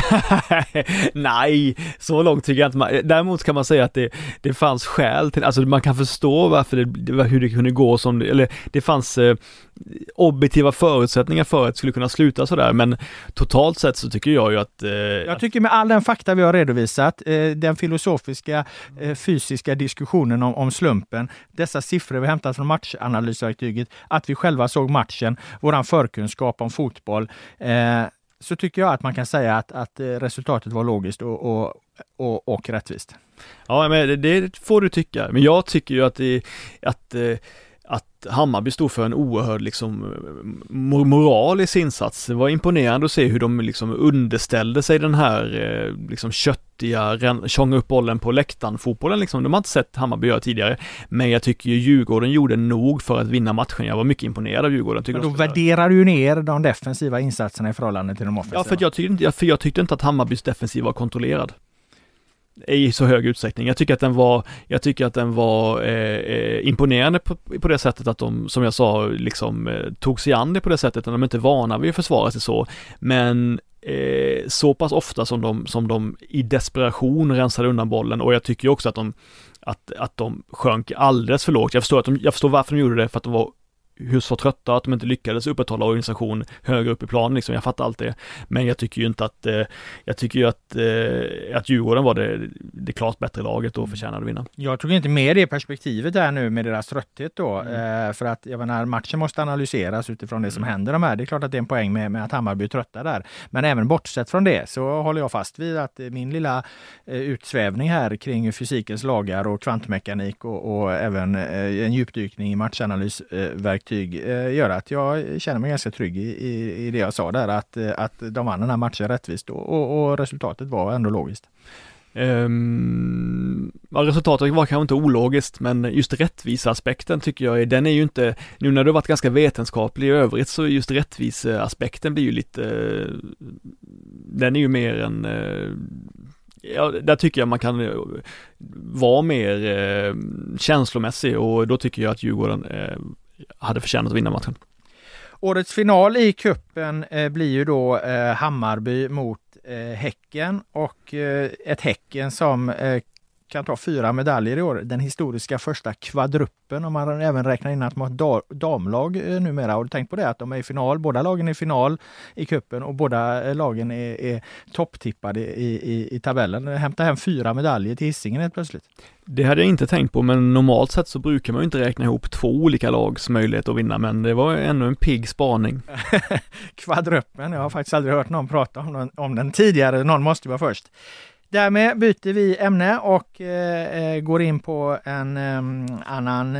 [SPEAKER 2] Nej, så långt tycker jag inte. Däremot kan man säga att det fanns skäl till, alltså man kan förstå varför hur det kunde gå som det, eller det fanns objektiva förutsättningar för att det skulle kunna sluta sådär, men totalt sett så tycker jag ju att
[SPEAKER 1] jag tycker med all den fakta vi har redovisat, den filosofiska fysiska diskussionen om slumpen, dessa siffror vi hämtat från matchanalysverktyget, att vi själva såg matchen, våran förkunskap om fotboll, så tycker jag att man kan säga att resultatet var logiskt och rättvist.
[SPEAKER 2] Ja, men det får du tycka. Men jag tycker ju att Hammarby stod för en oerhörd moralisk insats. Det var imponerande att se hur de underställde sig den här köttiga, tjonga upp bollen på läktaren fotbollen. De har inte sett Hammarby göra tidigare, men jag tycker ju Djurgården gjorde nog för att vinna matchen. Jag var mycket imponerad av Djurgården.
[SPEAKER 1] Men då värderar du ner de defensiva insatserna i förhållande till de offensiva.
[SPEAKER 2] Ja, för jag tyckte inte att Hammarbys defensiv var kontrollerad i så hög utsträckning. Jag tycker att den var imponerande på det sättet att de, som jag sa, tog sig an det på det sättet, att de inte är vana vid att försvara sig så, men så pass ofta som de i desperation rensade undan bollen, och jag tycker också att de sjönk alldeles för lågt. Jag förstår varför de gjorde det, för att de var så trötta att de inte lyckades upprätthålla organisation högre upp i planen. Jag fattar allt det. Men jag tycker ju inte att att Djurgården var det klart bättre laget och förtjänade att vinna.
[SPEAKER 1] Jag tog inte med det perspektivet där nu med deras trötthet då. För att jag menar, matchen måste analyseras utifrån det som händer de här. Det är klart att det är en poäng med att Hammarby är trötta där. Men även bortsett från det så håller jag fast vid att min lilla utsvävning här kring fysikens lagar och kvantmekanik och även en djupdykning i matchanalysverktyg gör att jag känner mig ganska trygg i det jag sa där, att de vann den här matchen rättvist och resultatet var ändå logiskt.
[SPEAKER 2] Resultatet var kanske inte ologiskt, men just rättviseaspekten tycker jag den är ju inte, nu när det har varit ganska vetenskaplig i övrigt, så just rättviseaspekten blir ju lite, den är ju mer en Ja, där tycker jag man kan vara mer känslomässig, och då tycker jag att Djurgården hade förtjänat att vinna matchen.
[SPEAKER 1] Årets final i kuppen blir ju då Hammarby mot Häcken, och ett Häcken som kan ta 4 medaljer i år. Den historiska första kvadruppen, om man även räknar in att de har damlag numera. Har du tänkt på det, att de är i final, båda lagen är i final i kuppen och båda lagen är topptippade i tabellen. Hämtar hem 4 medaljer till Hisingen helt plötsligt.
[SPEAKER 2] Det hade jag inte tänkt på, men normalt sett så brukar man ju inte räkna ihop 2 olika lags möjlighet att vinna, men det var ännu en pigg spaning.
[SPEAKER 1] Kvadruppen, jag har faktiskt aldrig hört någon prata om den tidigare, någon måste vara först. Därmed byter vi ämne och går in på en annan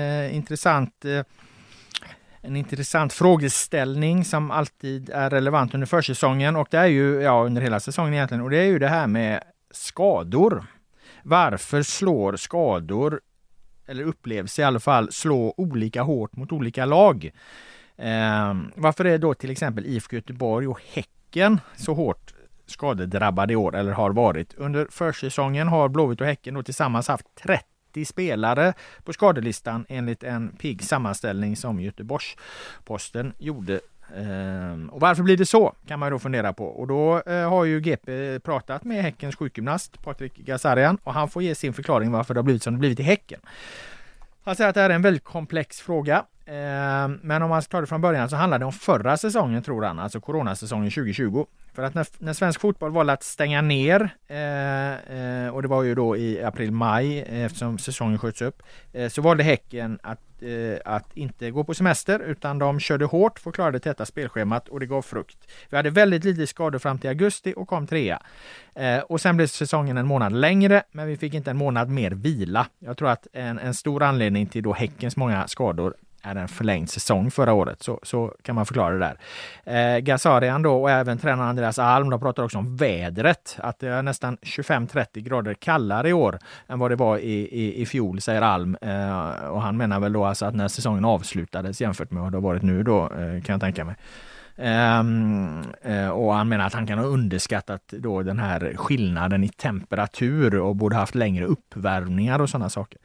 [SPEAKER 1] intressant frågeställning som alltid är relevant under försäsongen, och det är ju under hela säsongen egentligen, och det är ju det här med skador. Varför slår skador, eller upplevs i alla fall, slå olika hårt mot olika lag? Varför är då till exempel IFK Göteborg och Häcken så hårt skadedrabbade i år, eller har varit? Under försäsongen har Blåvitt och Häcken då tillsammans haft 30 spelare på skadelistan enligt en pigg sammanställning som Göteborgs-Posten gjorde. Och varför blir det så, kan man då fundera på. Och då har ju GP pratat med Häckens sjukgymnast Patrik Gazarian, och han får ge sin förklaring varför det har blivit som det blivit i Häcken. Han säger att det här är en väldigt komplex fråga. Men om man tar det från början så handlar det om förra säsongen, tror han, alltså coronasäsongen 2020. För att när svensk fotboll valde att stänga ner, och det var ju då i april-maj eftersom säsongen sköts upp, så valde Häcken att inte gå på semester, utan de körde hårt för att klara det täta spelschemat, och det gav frukt. Vi hade väldigt lite skador fram till augusti och kom 3. Och sen blev säsongen en månad längre, men vi fick inte en månad mer vila. Jag tror att en stor anledning till då Häckens många skador är en förlängd säsong förra året, så kan man förklara det där. Gazarian då, och även tränaren Andreas Alm, de pratar också om vädret, att det är nästan 25-30 grader kallare i år än vad det var i fjol, säger Alm, och han menar väl då alltså att när säsongen avslutades jämfört med vad det har varit nu då, kan jag tänka mig. Och han menar att han kan ha underskattat då den här skillnaden i temperatur och borde haft längre uppvärmningar och sådana saker.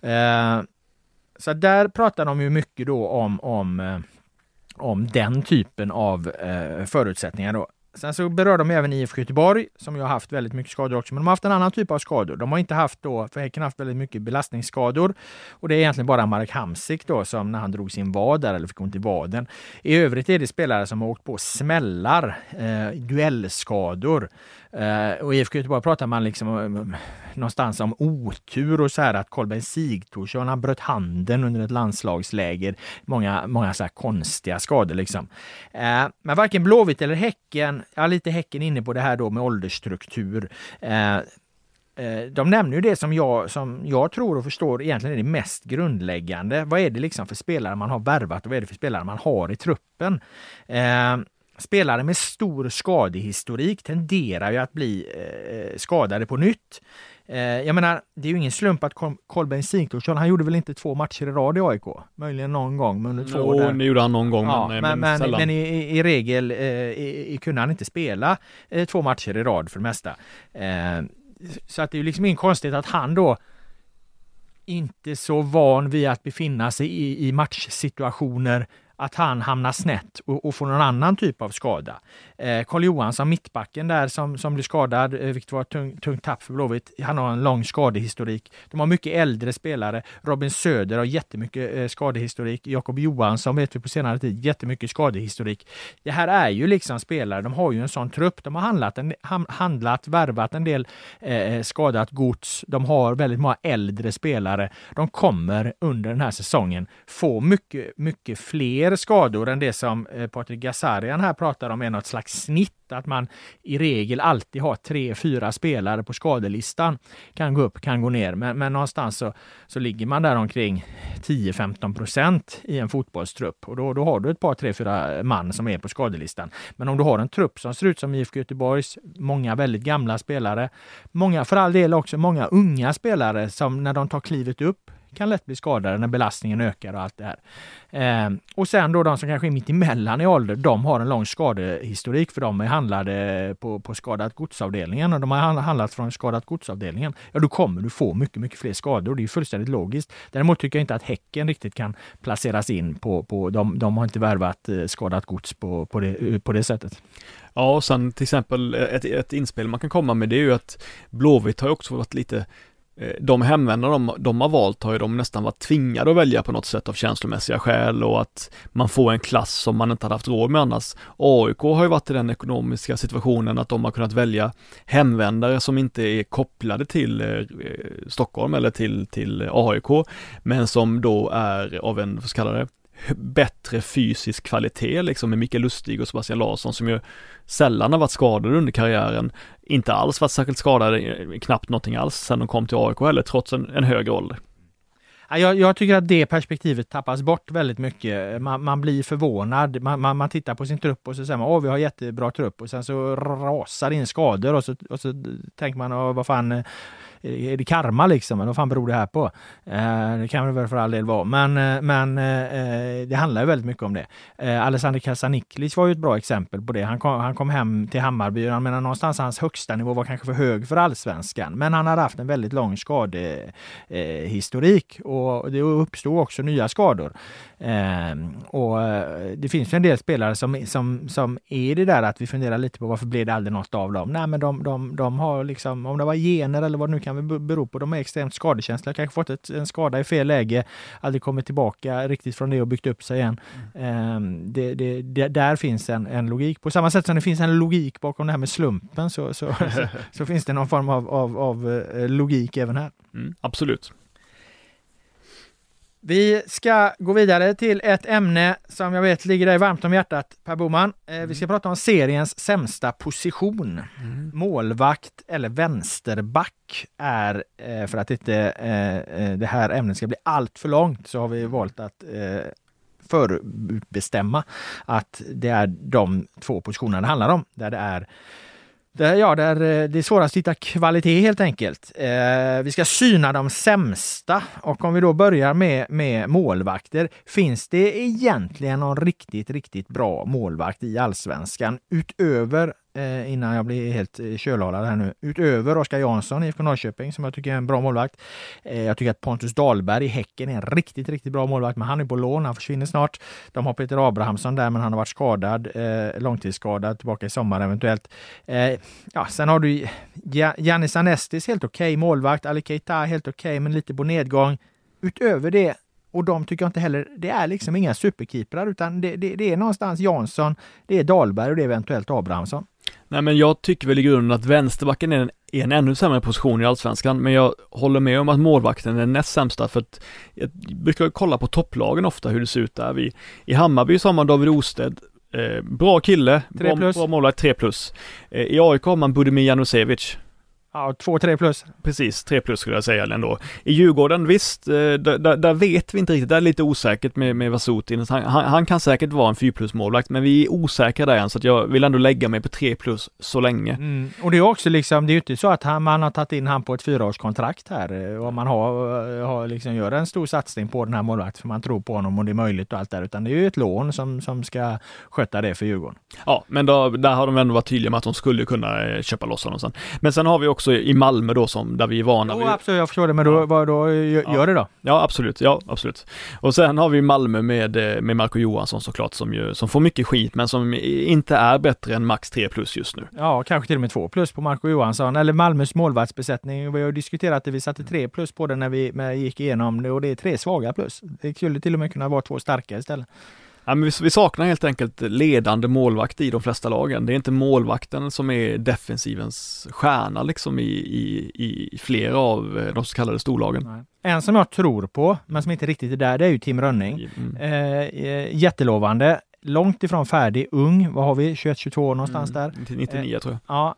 [SPEAKER 1] Så där pratar de ju mycket då om den typen av förutsättningar då. Sen så berör de även IFK Göteborg, som ju har haft väldigt mycket skador också, men de har haft en annan typ av skador. De har inte haft då, för Häcken har haft väldigt mycket belastningsskador, och det är egentligen bara Marek Hamsik då, som när han drog sin vad där, eller fick ont i vaden. I övrigt är det spelare som har åkt på smällar, duellskador, och i IFK Göteborg pratar man liksom någonstans om otur och så här, att Kolbeinn Sigthorsson har bröt handen under ett landslagsläger, många så här konstiga skador liksom. Men varken Blåvitt eller Häcken, lite Häcken inne på det här då med åldersstruktur. De nämner ju det som jag tror och förstår egentligen är det mest grundläggande. Vad är det liksom för spelare man har värvat, och vad är det för spelare man har i truppen? Spelare med stor skadehistorik tenderar ju att bli skadade på nytt. Jag menar, det är ju ingen slump att Kolbeinn Sigthorsson, han gjorde väl inte 2 matcher i rad i AIK? Möjligen någon gång, men under 2 år där.
[SPEAKER 2] Det gjorde han någon gång,
[SPEAKER 1] ja,
[SPEAKER 2] men sällan.
[SPEAKER 1] Men i regel kunde han inte spela 2 matcher i rad för det mesta. Så att det är ju liksom ingen konstigt att han då inte så van vid att befinna sig i matchsituationer, att han hamnar snett och får någon annan typ av skada. Carl Johansson, mittbacken där som blir skadad, vilket var ett tungt tapp för Blåvitt. Han har en lång skadehistorik. De har mycket äldre spelare. Robin Söder har jättemycket skadehistorik. Jakob Johansson vet vi på senare tid, jättemycket skadehistorik. Det här är ju liksom spelare, de har ju en sån trupp. De har värvat en del skadat gods. De har väldigt många äldre spelare. De kommer under den här säsongen få mycket fler skador än det som Patrik Gazarian här pratar om, är något slags snitt, att man i regel alltid har 3-4 spelare på skadelistan, kan gå upp, kan gå ner, men någonstans så ligger man där omkring 10-15% i en fotbollstrupp, och då har du ett par 3-4 man som är på skadelistan. Men om du har en trupp som ser ut som IFK Göteborgs, många väldigt gamla spelare, många för all del också många unga spelare som när de tar klivet upp kan lätt bli skadade när belastningen ökar och allt det här. Och sen då de som kanske är mitt emellan i ålder, de har en lång skadehistorik för de är handlade på skadat godsavdelningen och de har handlat från skadat godsavdelningen. Ja, då kommer du få mycket, mycket fler skador. Det är ju fullständigt logiskt. Däremot tycker jag inte att Häcken riktigt kan placeras in på de har inte värvat skadat gods på det sättet.
[SPEAKER 2] Ja, och sen till exempel ett inspel man kan komma med, det är ju att Blåvitt har också varit lite, de hemvändarna de har valt har ju de nästan varit tvingade att välja på något sätt av känslomässiga skäl, och att man får en klass som man inte hade haft råd med annars. AIK har ju varit i den ekonomiska situationen att de har kunnat välja hemvändare som inte är kopplade till Stockholm eller till AIK, men som då är av en, vad ska jag kalla det, bättre fysisk kvalitet, liksom med Mikael Lustig och Sebastian Larsson, som ju sällan har varit skadade under karriären, inte alls varit särskilt skadade, knappt någonting alls sen de kom till AIK heller, trots en högre ålder.
[SPEAKER 1] Jag tycker att det perspektivet tappas bort väldigt mycket. Man blir förvånad. Man tittar på sin trupp och så säger man vi har jättebra trupp, och sen så rasar in skador och så tänker man vad fan är det karma liksom? Vad fan beror det här på? Det kan det väl för all del vara. Men det handlar ju väldigt mycket om det. Alexander Kasaniklic var ju ett bra exempel på det. Han kom hem till Hammarby. Jag menar, någonstans hans högsta nivå var kanske för hög för allsvenskan. Men han hade haft en väldigt lång skadehistorik. Och det uppstod också nya skador. Och det finns ju en del spelare som är det där att vi funderar lite på varför blev det aldrig något av dem. Nej, men de har liksom, om det var gener eller vad det nu kan bero på, de är extremt skadekänsliga, kanske fått en skada i fel läge, aldrig kommit tillbaka riktigt från det och byggt upp sig igen. Där finns en logik. På samma sätt som det finns en logik bakom det här med slumpen så finns det någon form av logik även här.
[SPEAKER 2] Absolut.
[SPEAKER 1] Vi ska gå vidare till ett ämne som jag vet ligger dig varmt om hjärtat, Per Boman. Vi ska prata om seriens sämsta position. Målvakt eller vänsterback är, för att inte det här ämnet ska bli allt för långt, så har vi valt att förbestämma att det är de två positionerna det handlar om. Där det är där det är svårast att hitta kvalitet helt enkelt. Vi ska syna de sämsta, och om vi då börjar med målvakter, finns det egentligen någon riktigt, riktigt bra målvakt i allsvenskan utöver, innan jag blir helt kölhalad här nu, utöver Oskar Jansson i Norrköping, som jag tycker är en bra målvakt. Jag tycker att Pontus Dahlberg i Häcken är en riktigt, riktigt bra målvakt, men han är på lån, han försvinner snart. De har Peter Abrahamsson där, men han har varit skadad, långtidsskadad, tillbaka i sommar eventuellt. Sen har du Giannis Anestis, helt okej målvakt, Ali Keita helt okej, men lite på nedgång. Utöver det, och de tycker jag inte heller, det är liksom inga superkeeprar, utan det är någonstans Jansson, det är Dahlberg och det är eventuellt Abrahamsson.
[SPEAKER 2] Nej, men jag tycker väl i grunden att vänsterbacken är en ännu sämre position i allsvenskan, men jag håller med om att målvakten är den näst sämsta, för att jag brukar kolla på topplagen ofta hur det ser ut där. I Hammarby så har man David Osted, bra kille, bra målvakt, 3+. I AIK har man Budimir Janusevic.
[SPEAKER 1] Ja, 2-3+.
[SPEAKER 2] Precis, 3+ skulle jag säga ändå. I Djurgården, visst, där vet vi inte riktigt, det är lite osäkert med Vasutin. Han kan säkert vara en 4+ målvakt, men vi är osäkra där än, så att jag vill ändå lägga mig på 3+ så länge.
[SPEAKER 1] Och det är också liksom, det är ju inte så att man har tagit in han på ett 4-årskontrakt här, och man har liksom gör en stor satsning på den här målvakten för man tror på honom och det är möjligt och allt där, utan det är ju ett lån som ska sköta det för Djurgården. Ja,
[SPEAKER 2] men där har de ändå varit tydliga med att de skulle kunna köpa loss honom sen. Men sen har vi också i Malmö då, där vi är vana.
[SPEAKER 1] Absolut, jag förstår det, men då gör det då.
[SPEAKER 2] Ja, absolut. Och sen har vi Malmö med Marco Johansson såklart, som får mycket skit, men som inte är bättre än max 3+ just nu.
[SPEAKER 1] Ja, kanske till och med 2+ på Marco Johansson, eller Malmös målvaktsbesättning. Vi har diskuterat det, vi satte 3+ på det när vi gick igenom det, och det är 3 svaga plus. Det skulle till och med kunna vara 2 starka istället.
[SPEAKER 2] Ja, men vi saknar helt enkelt ledande målvakt i de flesta lagen. Det är inte målvakten som är defensivens stjärna liksom i flera av de så kallade storlagen.
[SPEAKER 1] Nej. En som jag tror på, men som inte riktigt är där, det är ju Tim Rönning. Jättelovande. Långt ifrån färdig, ung, vad har vi? 21-22 någonstans där.
[SPEAKER 2] 99 tror jag.
[SPEAKER 1] Ja,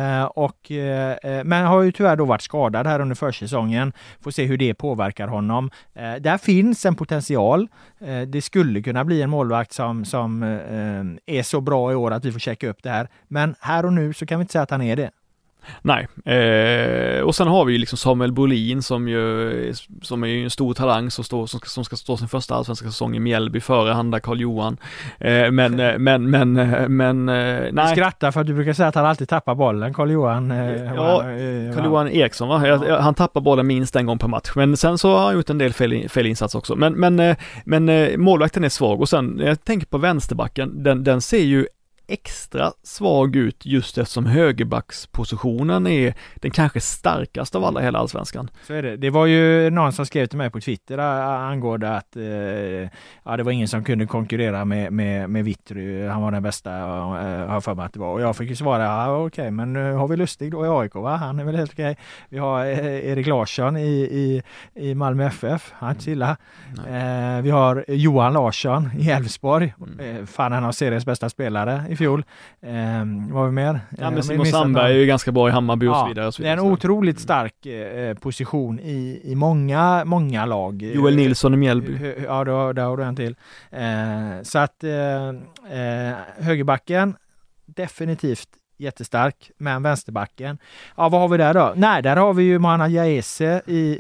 [SPEAKER 1] men har ju tyvärr då varit skadad här under försäsongen. Får se hur det påverkar honom. Där finns en potential. Det skulle kunna bli en målvakt som är så bra i år att vi får checka upp det här. Men här och nu så kan vi inte säga att han är det.
[SPEAKER 2] Nej, och sen har vi ju liksom Samuel Brolin som är ju en stor talang som ska stå sin första allsvenska säsong i Mjällby före Handa Karl-Johan. Men
[SPEAKER 1] Nej.
[SPEAKER 2] nej.
[SPEAKER 1] Skrattar för att du brukar säga att han alltid tappar bollen, Karl-Johan.
[SPEAKER 2] Karl-Johan Eriksson va? Han tappar bollen minst en gång per match, men sen så har han gjort en del felinsats också. Men målvakten är svag, och sen jag tänker på vänsterbacken, den ser ju extra svag ut just eftersom högerbackspositionen är den kanske starkaste av alla hela allsvenskan.
[SPEAKER 1] Så är det. Det var ju någon som skrev till mig på Twitter angående att det var ingen som kunde konkurrera med Vittry. Han var den bästa, har för mig att det var. Och jag fick ju svara, okej, men nu har vi Lustig då i AIK, va? Han är väl helt okej. Vi har Erik Larsson i Malmö FF. Han är inte så illa. Vi har Johan Larsson i Elfsborg. Fan, han har seriens bästa spelare i fjol. Vad har vi mer?
[SPEAKER 2] Ja, men Simon Sandberg är ju ganska bra i Hammarby och så vidare.
[SPEAKER 1] Det är en otroligt stark position i många lag.
[SPEAKER 2] Joel Nilsson i Mjällby.
[SPEAKER 1] Ja, där har du en till. Så att högerbacken definitivt jättestark, men vänsterbacken. Ja, vad har vi där då? Nej, där har vi ju Mana Jaese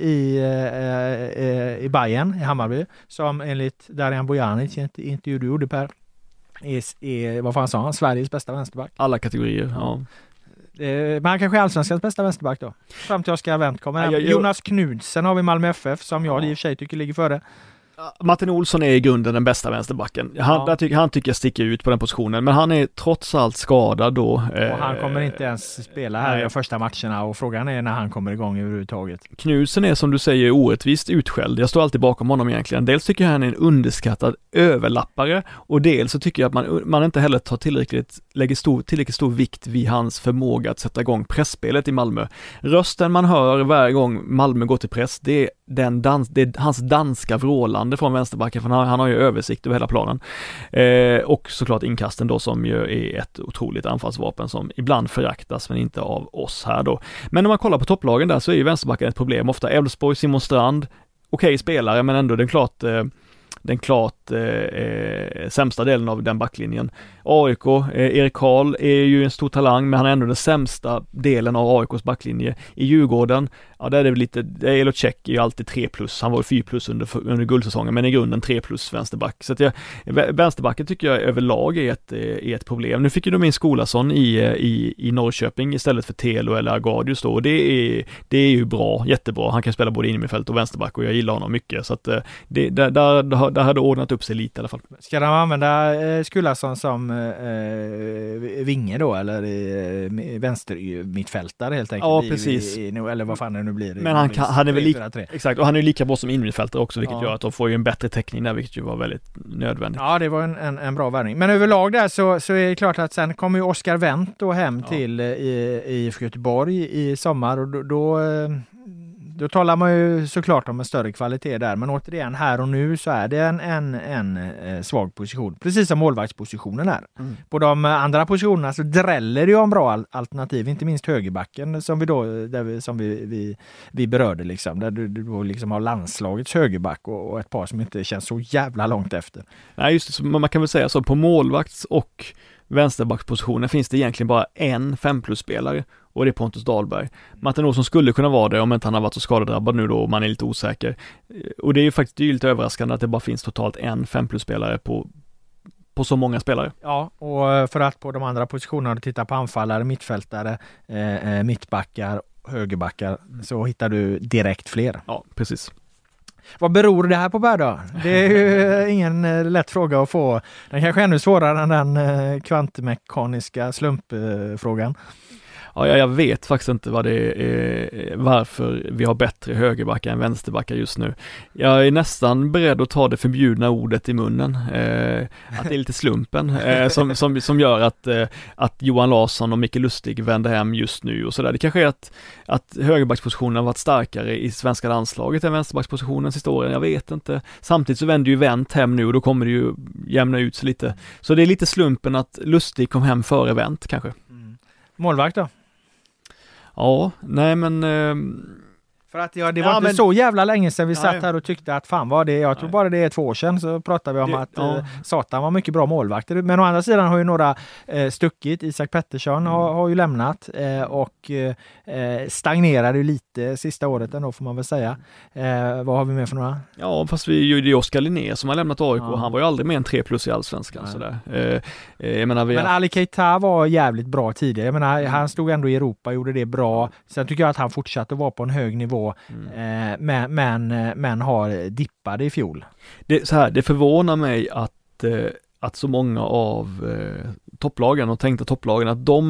[SPEAKER 1] i Bayern, i Hammarby, som enligt Darijan Bojanic intervju du gjorde, Per, är vad fan sa han? Sveriges bästa vänsterback.
[SPEAKER 2] Alla kategorier, ja.
[SPEAKER 1] Men han kanske är allsvenskans bästa vänsterback då. Fram till Oskar Wendt kommer. Jonas Knudsen har vi Malmö FF, som jag i och för sig tycker ligger före.
[SPEAKER 2] Martin Olsson är i grunden den bästa vänsterbacken. Han tycker jag sticker ut på den positionen, men han är trots allt skadad då.
[SPEAKER 1] Och han kommer inte ens spela här i de första matcherna, och frågan är när han kommer igång överhuvudtaget.
[SPEAKER 2] Knudsen är, som du säger, orättvist utskälld. Jag står alltid bakom honom egentligen. Dels tycker jag han är en underskattad överlappare, och dels så tycker jag att man inte heller tar tillräckligt stor vikt vid hans förmåga att sätta igång pressspelet i Malmö. Rösten man hör varje gång Malmö går till press, det är hans danska vrålande från vänsterbacken, för han har ju översikt över hela planen. Och såklart inkasten då, som ju är ett otroligt anfallsvapen som ibland föraktas, men inte av oss här då. Men om man kollar på topplagen där, så är ju vänsterbacken ett problem. Ofta Elfsborg, Simon Strand, okej spelare, men ändå den klart sämsta delen av den backlinjen. AIK, Erik Karl är ju en stor talang, men han är ändå den sämsta delen av AIKs backlinje. I Djurgården, ja, där är det väl lite, Elocek är ju alltid 3+, han var ju 4+ under guldsäsongen, men i grunden 3+ vänsterback. Så att vänsterbacken tycker jag överlag är ett problem. Nu fick ju de in Skolason i Norrköping istället för Telo eller Agadius då, och det är ju bra, jättebra. Han kan spela både innermittfält och vänsterback, och jag gillar honom mycket, så att där hade ordnat upp sig lite i alla fall. Ska
[SPEAKER 1] de använda Skulason som vinge då, eller vänster mittfältare helt enkelt?
[SPEAKER 2] Ja, precis.
[SPEAKER 1] Eller vad fan det nu blir.
[SPEAKER 2] Men han är väl exakt, och han är ju lika bra som innermittfältare också, vilket gör att de får ju en bättre täckning där, vilket ju var väldigt nödvändigt.
[SPEAKER 1] Ja, det var en bra värvning. Men överlag där så är det klart att sen kommer ju Oskar Wendt då hem till IFK Göteborg i sommar, och då talar man ju såklart om en större kvalitet där, men återigen här och nu så är det en svag position, precis som målvaktspositionen är. På de andra positionerna så dräller det ju om bra alternativ, inte minst högerbacken som vi berörde liksom, där du liksom har landslagets högerback och ett par som inte känns så jävla långt efter.
[SPEAKER 2] Nej, just det, man kan väl säga så, på målvakts- och vänsterbackspositionen finns det egentligen bara en 5+-spelare, och det är Pontus Dahlberg. Martin Olsson skulle kunna vara det om inte han har varit så skadedrabbad nu då, och man är lite osäker. Och det är ju faktiskt lite överraskande att det bara finns totalt en 5+-spelare på så många spelare.
[SPEAKER 1] Ja, och för att på de andra positionerna titta på anfallare, mittfältare, mittbackar, högerbackar, så hittar du direkt fler.
[SPEAKER 2] Ja, precis.
[SPEAKER 1] Vad beror det här på, Bär då? Det är ju ingen lätt fråga att få. Den kanske är ännu svårare än den kvantmekaniska slumpfrågan.
[SPEAKER 2] Ja, jag vet faktiskt inte vad det är, varför vi har bättre högerbackar än vänsterbackar just nu. Jag är nästan beredd att ta det förbjudna ordet i munnen. Att det är lite slumpen som gör att Johan Larsson och Micke Lustig vänder hem just nu och sådär. Det kanske är att högerbackspositionen har varit starkare i svenska landslaget än vänsterbackspositionens historia. Jag vet inte. Samtidigt så vänder ju Wendt hem nu, och då kommer det ju jämna ut sig lite. Så det är lite slumpen att Lustig kom hem före Wendt kanske.
[SPEAKER 1] Målvakt då?
[SPEAKER 2] Ja, nej men...
[SPEAKER 1] För att det var inte så jävla länge sedan vi satt
[SPEAKER 2] Nej.
[SPEAKER 1] här och tyckte att fan var det, jag tror bara det är 2 år sedan så pratade vi om att Satan var mycket bra målvakter. Men å andra sidan har ju några stuckit. Isak Pettersson har ju lämnat och stagnerade ju lite sista året ändå får man väl säga. Vad har vi med för några?
[SPEAKER 2] Ja, fast det är ju Oskar Linné som har lämnat AIK. Han var ju aldrig mer än 3+ i Allsvenskan. Sådär. Men Ali
[SPEAKER 1] Keita var jävligt bra tidigare. Jag menar, han stod ändå i Europa och gjorde det bra. Sen tycker jag att han fortsatte att vara på en hög nivå. Men har dippade i fjol.
[SPEAKER 2] Det förvånar mig att så många av topplagen och tänkta topplagen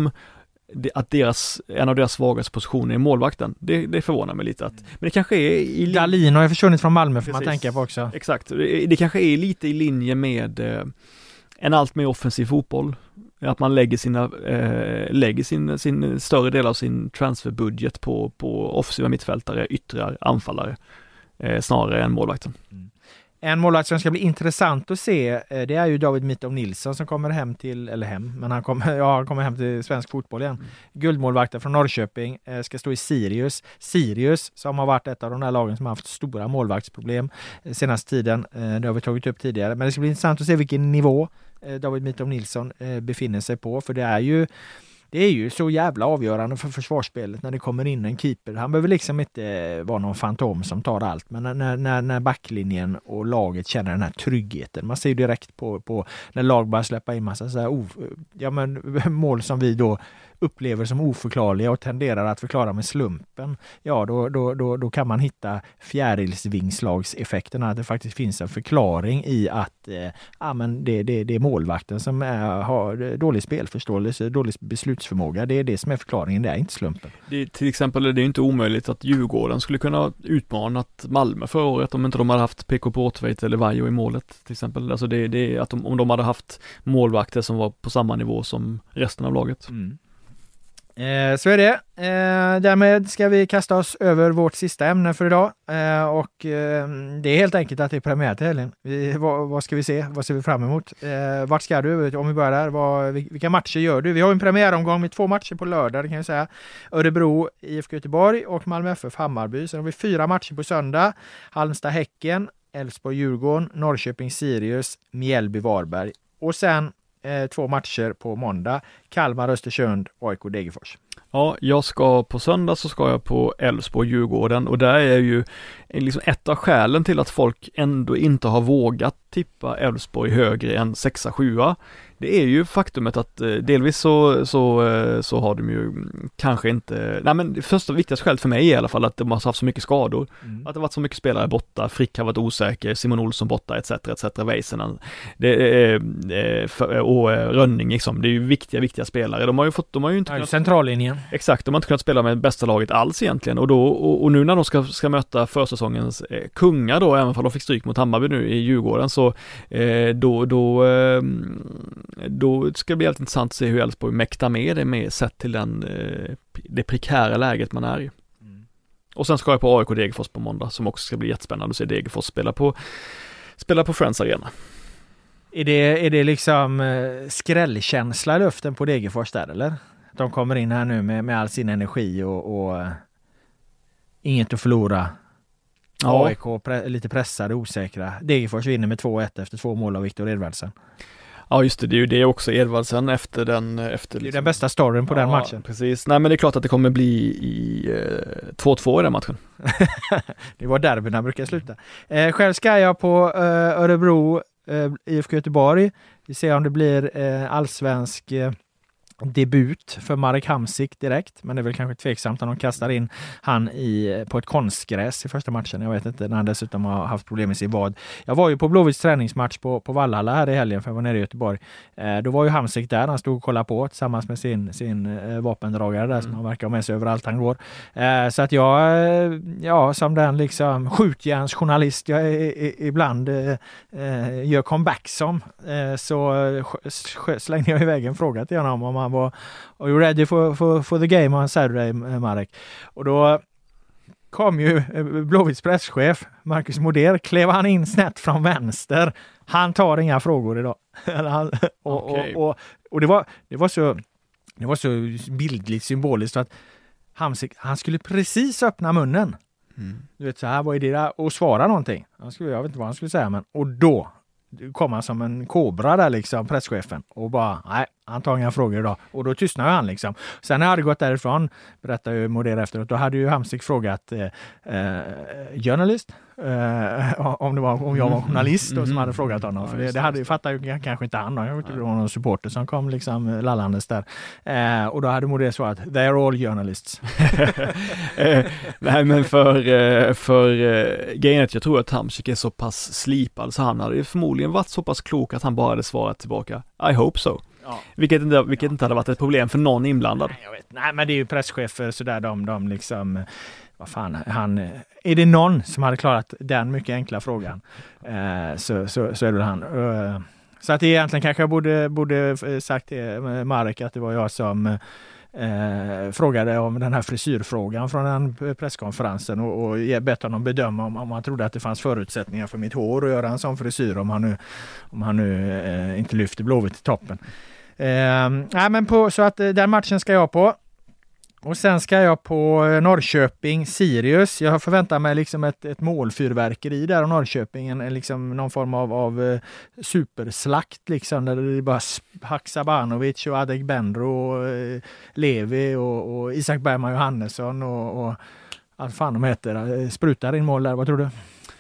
[SPEAKER 2] att en av deras svagaste positioner är målvakten. Det förvånar mig lite. Men det kanske är...
[SPEAKER 1] Dahlin har ju försvunnit från Malmö får man tänka på också.
[SPEAKER 2] Exakt. Det kanske är lite i linje med en allt mer offensiv fotboll. Att man lägger sin större del av sin transferbudget på offensiva mittfältare, yttrar, anfallare snarare än målvakten.
[SPEAKER 1] En målvakt som ska bli intressant att se, det är ju David Mitov Nilsson som kommer hem men han kommer hem till svensk fotboll igen. Guldmålvakten från Norrköping ska stå i Sirius som har varit ett av de där lagen som har haft stora målvaktsproblem senaste tiden. Det har vi tagit upp tidigare, men det ska bli intressant att se vilken nivå David Mitov Nilsson befinner sig på, för det är ju så jävla avgörande för försvarsspelet när det kommer in en keeper. Han behöver liksom inte vara någon fantom som tar allt, men när backlinjen och laget känner den här tryggheten. Man ser ju direkt på när lag bara släppa in massa så här, mål som vi då upplever som oförklarliga och tenderar att förklara med slumpen. Ja, då kan man hitta fjärilsvingslagseffekterna, att det faktiskt finns en förklaring i att det är målvakten som har dålig spelförståelse, dålig beslutsförmåga. Det är det som är förklaringen, det är inte slumpen.
[SPEAKER 2] Till exempel är det inte omöjligt att Djurgården skulle kunna utmanat Malmö förra året om inte de hade haft PK Portveit eller Vajo i målet till exempel. Alltså det är att om de hade haft målvakter som var på samma nivå som resten av laget.
[SPEAKER 1] Så är det. Därmed ska vi kasta oss över vårt sista ämne för idag. Och det är helt enkelt att det är premiär till helgen. Vad ska vi se? Vad ser vi fram emot? Vart ska du? Om vi börjar där. Vilka matcher gör du? Vi har en premiäromgång med 2 matcher på lördag, det kan jag säga. Örebro, IFK Göteborg och Malmö FF Hammarby. Sen har vi 4 matcher på söndag. Halmstad Häcken, Elfsborg Djurgården, Norrköping Sirius, Mjällby Varberg. Och sen 2 matcher på måndag. Kalmar, Östersund, AIK Degerfors.
[SPEAKER 2] Ja, på söndag så ska jag på Elfsborg Djurgården och där är ju liksom ett av skälen till att folk ändå inte har vågat tippa Elfsborg högre än 6-7. Det är ju faktumet att delvis så har de ju kanske inte, det första viktigaste skälet för mig är i alla fall att de har haft så mycket skador, att det har varit så mycket spelare borta, Frick har varit osäker, Simon Olsson borta etc. Väisänen och Rönning liksom, det är ju viktiga spelare. De har ju inte kunnat,
[SPEAKER 1] centrallinjen.
[SPEAKER 2] Exakt, de har inte kunnat spela med bästa laget alls egentligen och nu när de ska möta försäsongens kungar då, även om de fick stryk mot Hammarby nu i Djurgården, så då ska det bli helt intressant att se hur Elfsborg mäktar med det med sett till det prekära läget man är i. Och sen ska jag på AIK Degerfors på måndag som också ska bli jättespännande att se Degerfors spela på Friends Arena.
[SPEAKER 1] Är det liksom skrällkänsla i luften på Degerfors där eller? De kommer in här nu med all sin energi och inget att förlora. Ja. AIK lite pressade, osäkra. Degerfors vinner med 2-1 efter 2 mål av Viktor Edvardsen.
[SPEAKER 2] Ja just det är ju det också, Edvardsen efter
[SPEAKER 1] det är den bästa storyn på den matchen.
[SPEAKER 2] Precis, nej men det är klart att det kommer bli i 2-2 i den matchen.
[SPEAKER 1] Det var derbyna brukar sluta. Själv ska jag på Örebro, IFK Göteborg. Vi ser om det blir allsvensk debut för Marek Hamsik direkt, men det är väl kanske tveksamt om de kastar in han på ett konstgräs i första matchen. Jag vet inte, när han dessutom har haft problem med sin vad. Jag var ju på Blåvitts träningsmatch på Vallhalla här i helgen för jag var nere i Göteborg. Då var ju Hamsik där, han stod och kollade på tillsammans med sin vapendragare där som han verkar ha med sig överallt han går. Så att jag som den liksom skjutjärnsjournalist jag ibland gör comeback som, så slängde jag iväg en fråga till honom om han var "Are you ready for the game on Saturday, Marek?" Och då kom ju Blåvitts presschef Marcus Moder, klev han in snett från vänster. Han tar inga frågor idag. Och det var så bildligt symboliskt att han skulle precis öppna munnen Du vet så här, vad är det där? Och svara någonting. Jag vet inte vad han skulle säga, men och då kom han som en kobra där liksom, presschefen, och bara, nej, han tar inga frågor idag. Och då tystnade han liksom. Sen när jag hade gått därifrån, berättade ju Modera efteråt, då hade ju Hamsik frågat journalist, om jag var journalist då, som hade frågat honom. För det hade ju fattat ju kanske inte han. Jag vet inte om det var någon supporter som kom liksom lallandes där. Och då hade Modera svarat, they're all journalists.
[SPEAKER 2] Nej, men för grejen att jag tror att Hamsik är så pass slipad, så han hade ju förmodligen varit så pass klok att han bara hade svarat tillbaka, I hope so. Ja. Vilket inte hade varit ett problem för någon inblandad.
[SPEAKER 1] Nej, men det är ju presschefer så där, de liksom, vad fan, är det någon som hade klarat den mycket enkla frågan, så är det han. Så att egentligen kanske jag borde sagt till Marek att det var jag som frågade om den här frisyrfrågan från den presskonferensen och bett honom bedöma om han trodde att det fanns förutsättningar för mitt hår att göra en sån frisyr om han nu inte lyfter Blåvitt i toppen. Nej, men så att den matchen ska jag på. Och sen ska jag på Norrköping, Sirius. Jag förväntar mig liksom ett målfyrverkeri där, och Norrköping liksom någon form av superslakt liksom, där det bara Haksabanovic och Adegbenro och Levi och Isak Bergman Johannesson och allt fan de heter. Sprutar in mål där, vad tror du?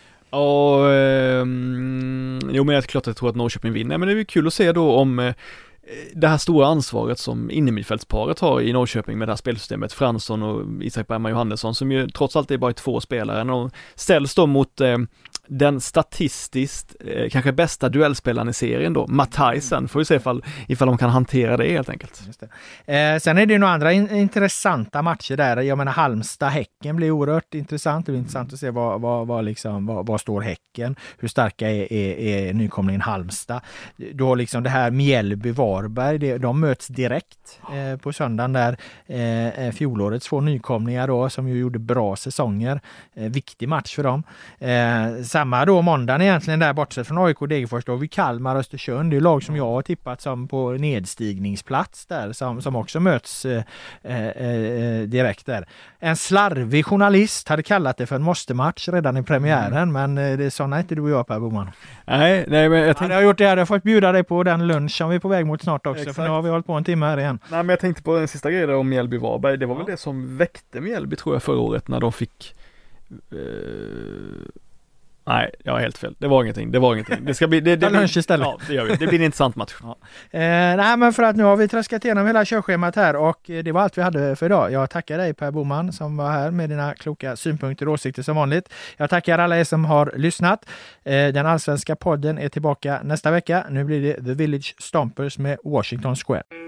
[SPEAKER 2] Jo, men jag tror att Norrköping vinner, men det är ju kul att se då om det här stora ansvaret som innermittfältsparet har i Norrköping med det här spelsystemet, Fransson och Isak Bergman Johannesson, som ju trots allt är bara 2 spelare, och ställs då mot den statistiskt kanske bästa duellspelaren i serien då, Matthijsen. Får vi se ifall de kan hantera det helt enkelt.
[SPEAKER 1] Just det. Sen är det ju några andra intressanta matcher där. Jag menar, Halmstad-Häcken blir oerhört intressant. Det är intressant att se vad står Häcken. Hur starka är nykomlingen Halmstad. Du har liksom det här Mjällby-Varberg. De möts direkt på söndagen där. Fjolårets 2 nykomlingar då, som ju gjorde bra säsonger. Viktig match för dem. Samma då måndagen egentligen där, bortsett från AIK och Degerfors, då har vi Kalmar och Östersund. Det är lag som jag har tippat som på nedstigningsplats där, som också möts direkt där. En slarvig journalist hade kallat det för en måste-match redan i premiären, men det är sådana inte du och jag, Per Boman.
[SPEAKER 2] Nej, men jag
[SPEAKER 1] har gjort det. Jag har fått bjuda dig på den lunch som vi är på väg mot snart också. Exakt. För nu har vi hållit på en timme här igen.
[SPEAKER 2] Nej, men jag tänkte på den sista grejen om Mjällby-Varberg. Det var väl det som väckte Mjällby, tror jag, förra året när de fick nej, jag har helt fel. Det var ingenting. Det ska bli det
[SPEAKER 1] lunch istället.
[SPEAKER 2] Ja, det gör vi. Det blir en intressant match. Ja.
[SPEAKER 1] Nej, men för att nu har vi traskat igenom hela körschemat här, och det var allt vi hade för idag. Jag tackar dig, Per Boman, som var här med dina kloka synpunkter och åsikter som vanligt. Jag tackar alla er som har lyssnat. Den allsvenska podden är tillbaka nästa vecka. Nu blir det The Village Stompers med Washington Square.